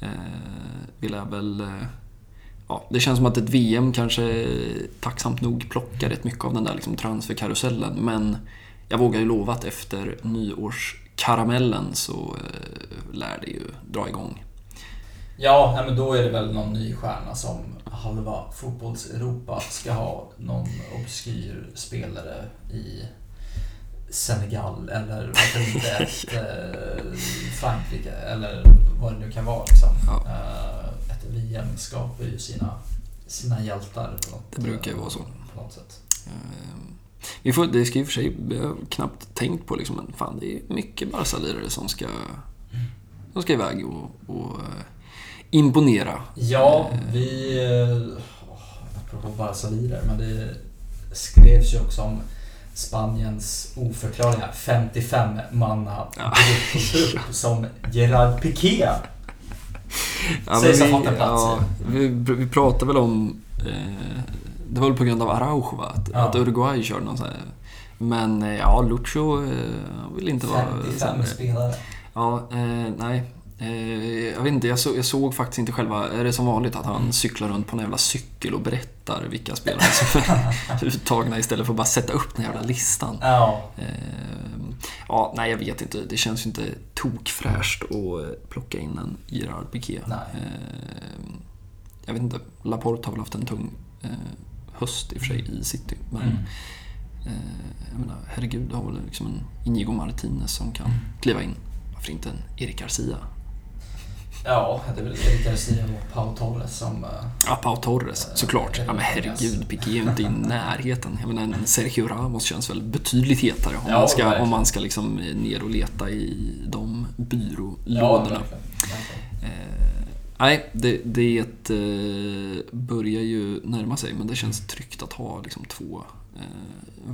[SPEAKER 1] Eh, vi lär väl... Eh, ja, det känns som att ett V M kanske tacksamt nog plockar rätt mycket av den där liksom transferkarusellen. Men jag vågar ju lova att efter nyårskaramellen så eh, lär det ju dra igång.
[SPEAKER 2] Ja, nej, men då är det väl någon ny stjärna som halva fotbolls-Europa ska ha någon obskyr spelare i Senegal eller varför inte ett eh, Frankrike eller vad det nu kan vara liksom. Ja. Eh, ett V M skapar ju sina, sina hjältar på något,
[SPEAKER 1] det brukar ju vara så
[SPEAKER 2] på något sätt.
[SPEAKER 1] Uh, vi får, det ska i och för sig, vi har knappt tänkt på liksom, men fan, det är mycket Barca-lirare som ska mm. som ska iväg och, och imponera.
[SPEAKER 2] Ja, vi apropå Barca-lirare, men det skrevs ju också om Spaniens oförklarliga femtiofem-manna ja. som Gerard Piqué
[SPEAKER 1] ja, sägs ha fått en plats. Ja, vi, vi pratar väl om eh, det var väl på grund av Araujo va? Att, ja. att Uruguay körde någon så här. Men ja, Lucho eh, vill inte vara
[SPEAKER 2] femtiofem spelare.
[SPEAKER 1] Ja, eh, nej. Jag vet inte, jag, så, jag såg faktiskt inte själva. Är det som vanligt att han cyklar runt på en jävla cykel och berättar vilka spelare som är uttagna istället för att bara sätta upp den jävla listan?
[SPEAKER 2] Ja.
[SPEAKER 1] Eh, ja, nej jag vet inte. Det känns ju inte tokfräscht att plocka in en Gerard Piqué.
[SPEAKER 2] Nej.
[SPEAKER 1] Eh, jag vet inte, Laporte har väl haft en tung eh, höst i och för sig i City. Men mm. eh, jag menar, herregud, det har väl liksom en Inigo Martinez som kan kliva in. Varför inte en Eric Garcia?
[SPEAKER 2] Ja, det är väl Eric Garcia och Pau Torres som...
[SPEAKER 1] Ja, Pau Torres, äh, såklart. Ja, men herregud, Piqué är ju inte i närheten. Jag menar, en Sergio Ramos känns väl betydligt hetare om ja, man ska, om man ska liksom ner och leta i de byrålådorna. Ja, eh, nej, det, det eh, börjar ju närma sig, men det känns tryggt att ha liksom två eh,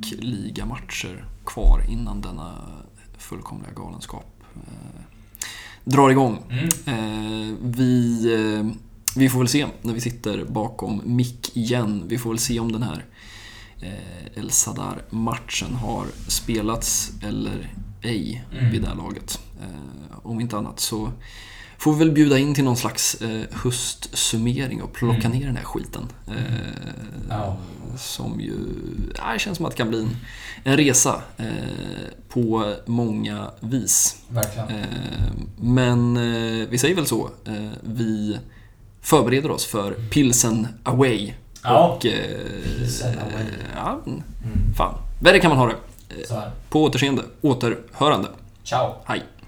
[SPEAKER 1] vardagslunk-ligamatcher kvar innan denna fullkomliga galenskap drar igång.
[SPEAKER 2] Mm.
[SPEAKER 1] Eh, vi, eh, vi får väl se när vi sitter bakom mick igen. Vi får väl se om den här eh, El Sadar-matchen har spelats eller ej
[SPEAKER 2] mm.
[SPEAKER 1] vid det här laget. Eh, om inte annat så får vi väl bjuda in till någon slags eh, höstsummering och plocka
[SPEAKER 2] Mm.
[SPEAKER 1] ner den här skiten. Eh,
[SPEAKER 2] Ja.
[SPEAKER 1] Som ju ja, det känns som att det kan bli en, en resa eh, på många vis.
[SPEAKER 2] Verkligen.
[SPEAKER 1] Eh, men eh, vi säger väl så. Eh, vi förbereder oss för Pilsen Away.
[SPEAKER 2] Ja.
[SPEAKER 1] Och, eh,
[SPEAKER 2] Pilsen Away.
[SPEAKER 1] Ja,
[SPEAKER 2] Mm.
[SPEAKER 1] fan. Värre kan man ha det.
[SPEAKER 2] Så här.
[SPEAKER 1] På återseende, återhörande.
[SPEAKER 2] Ciao.
[SPEAKER 1] Hej.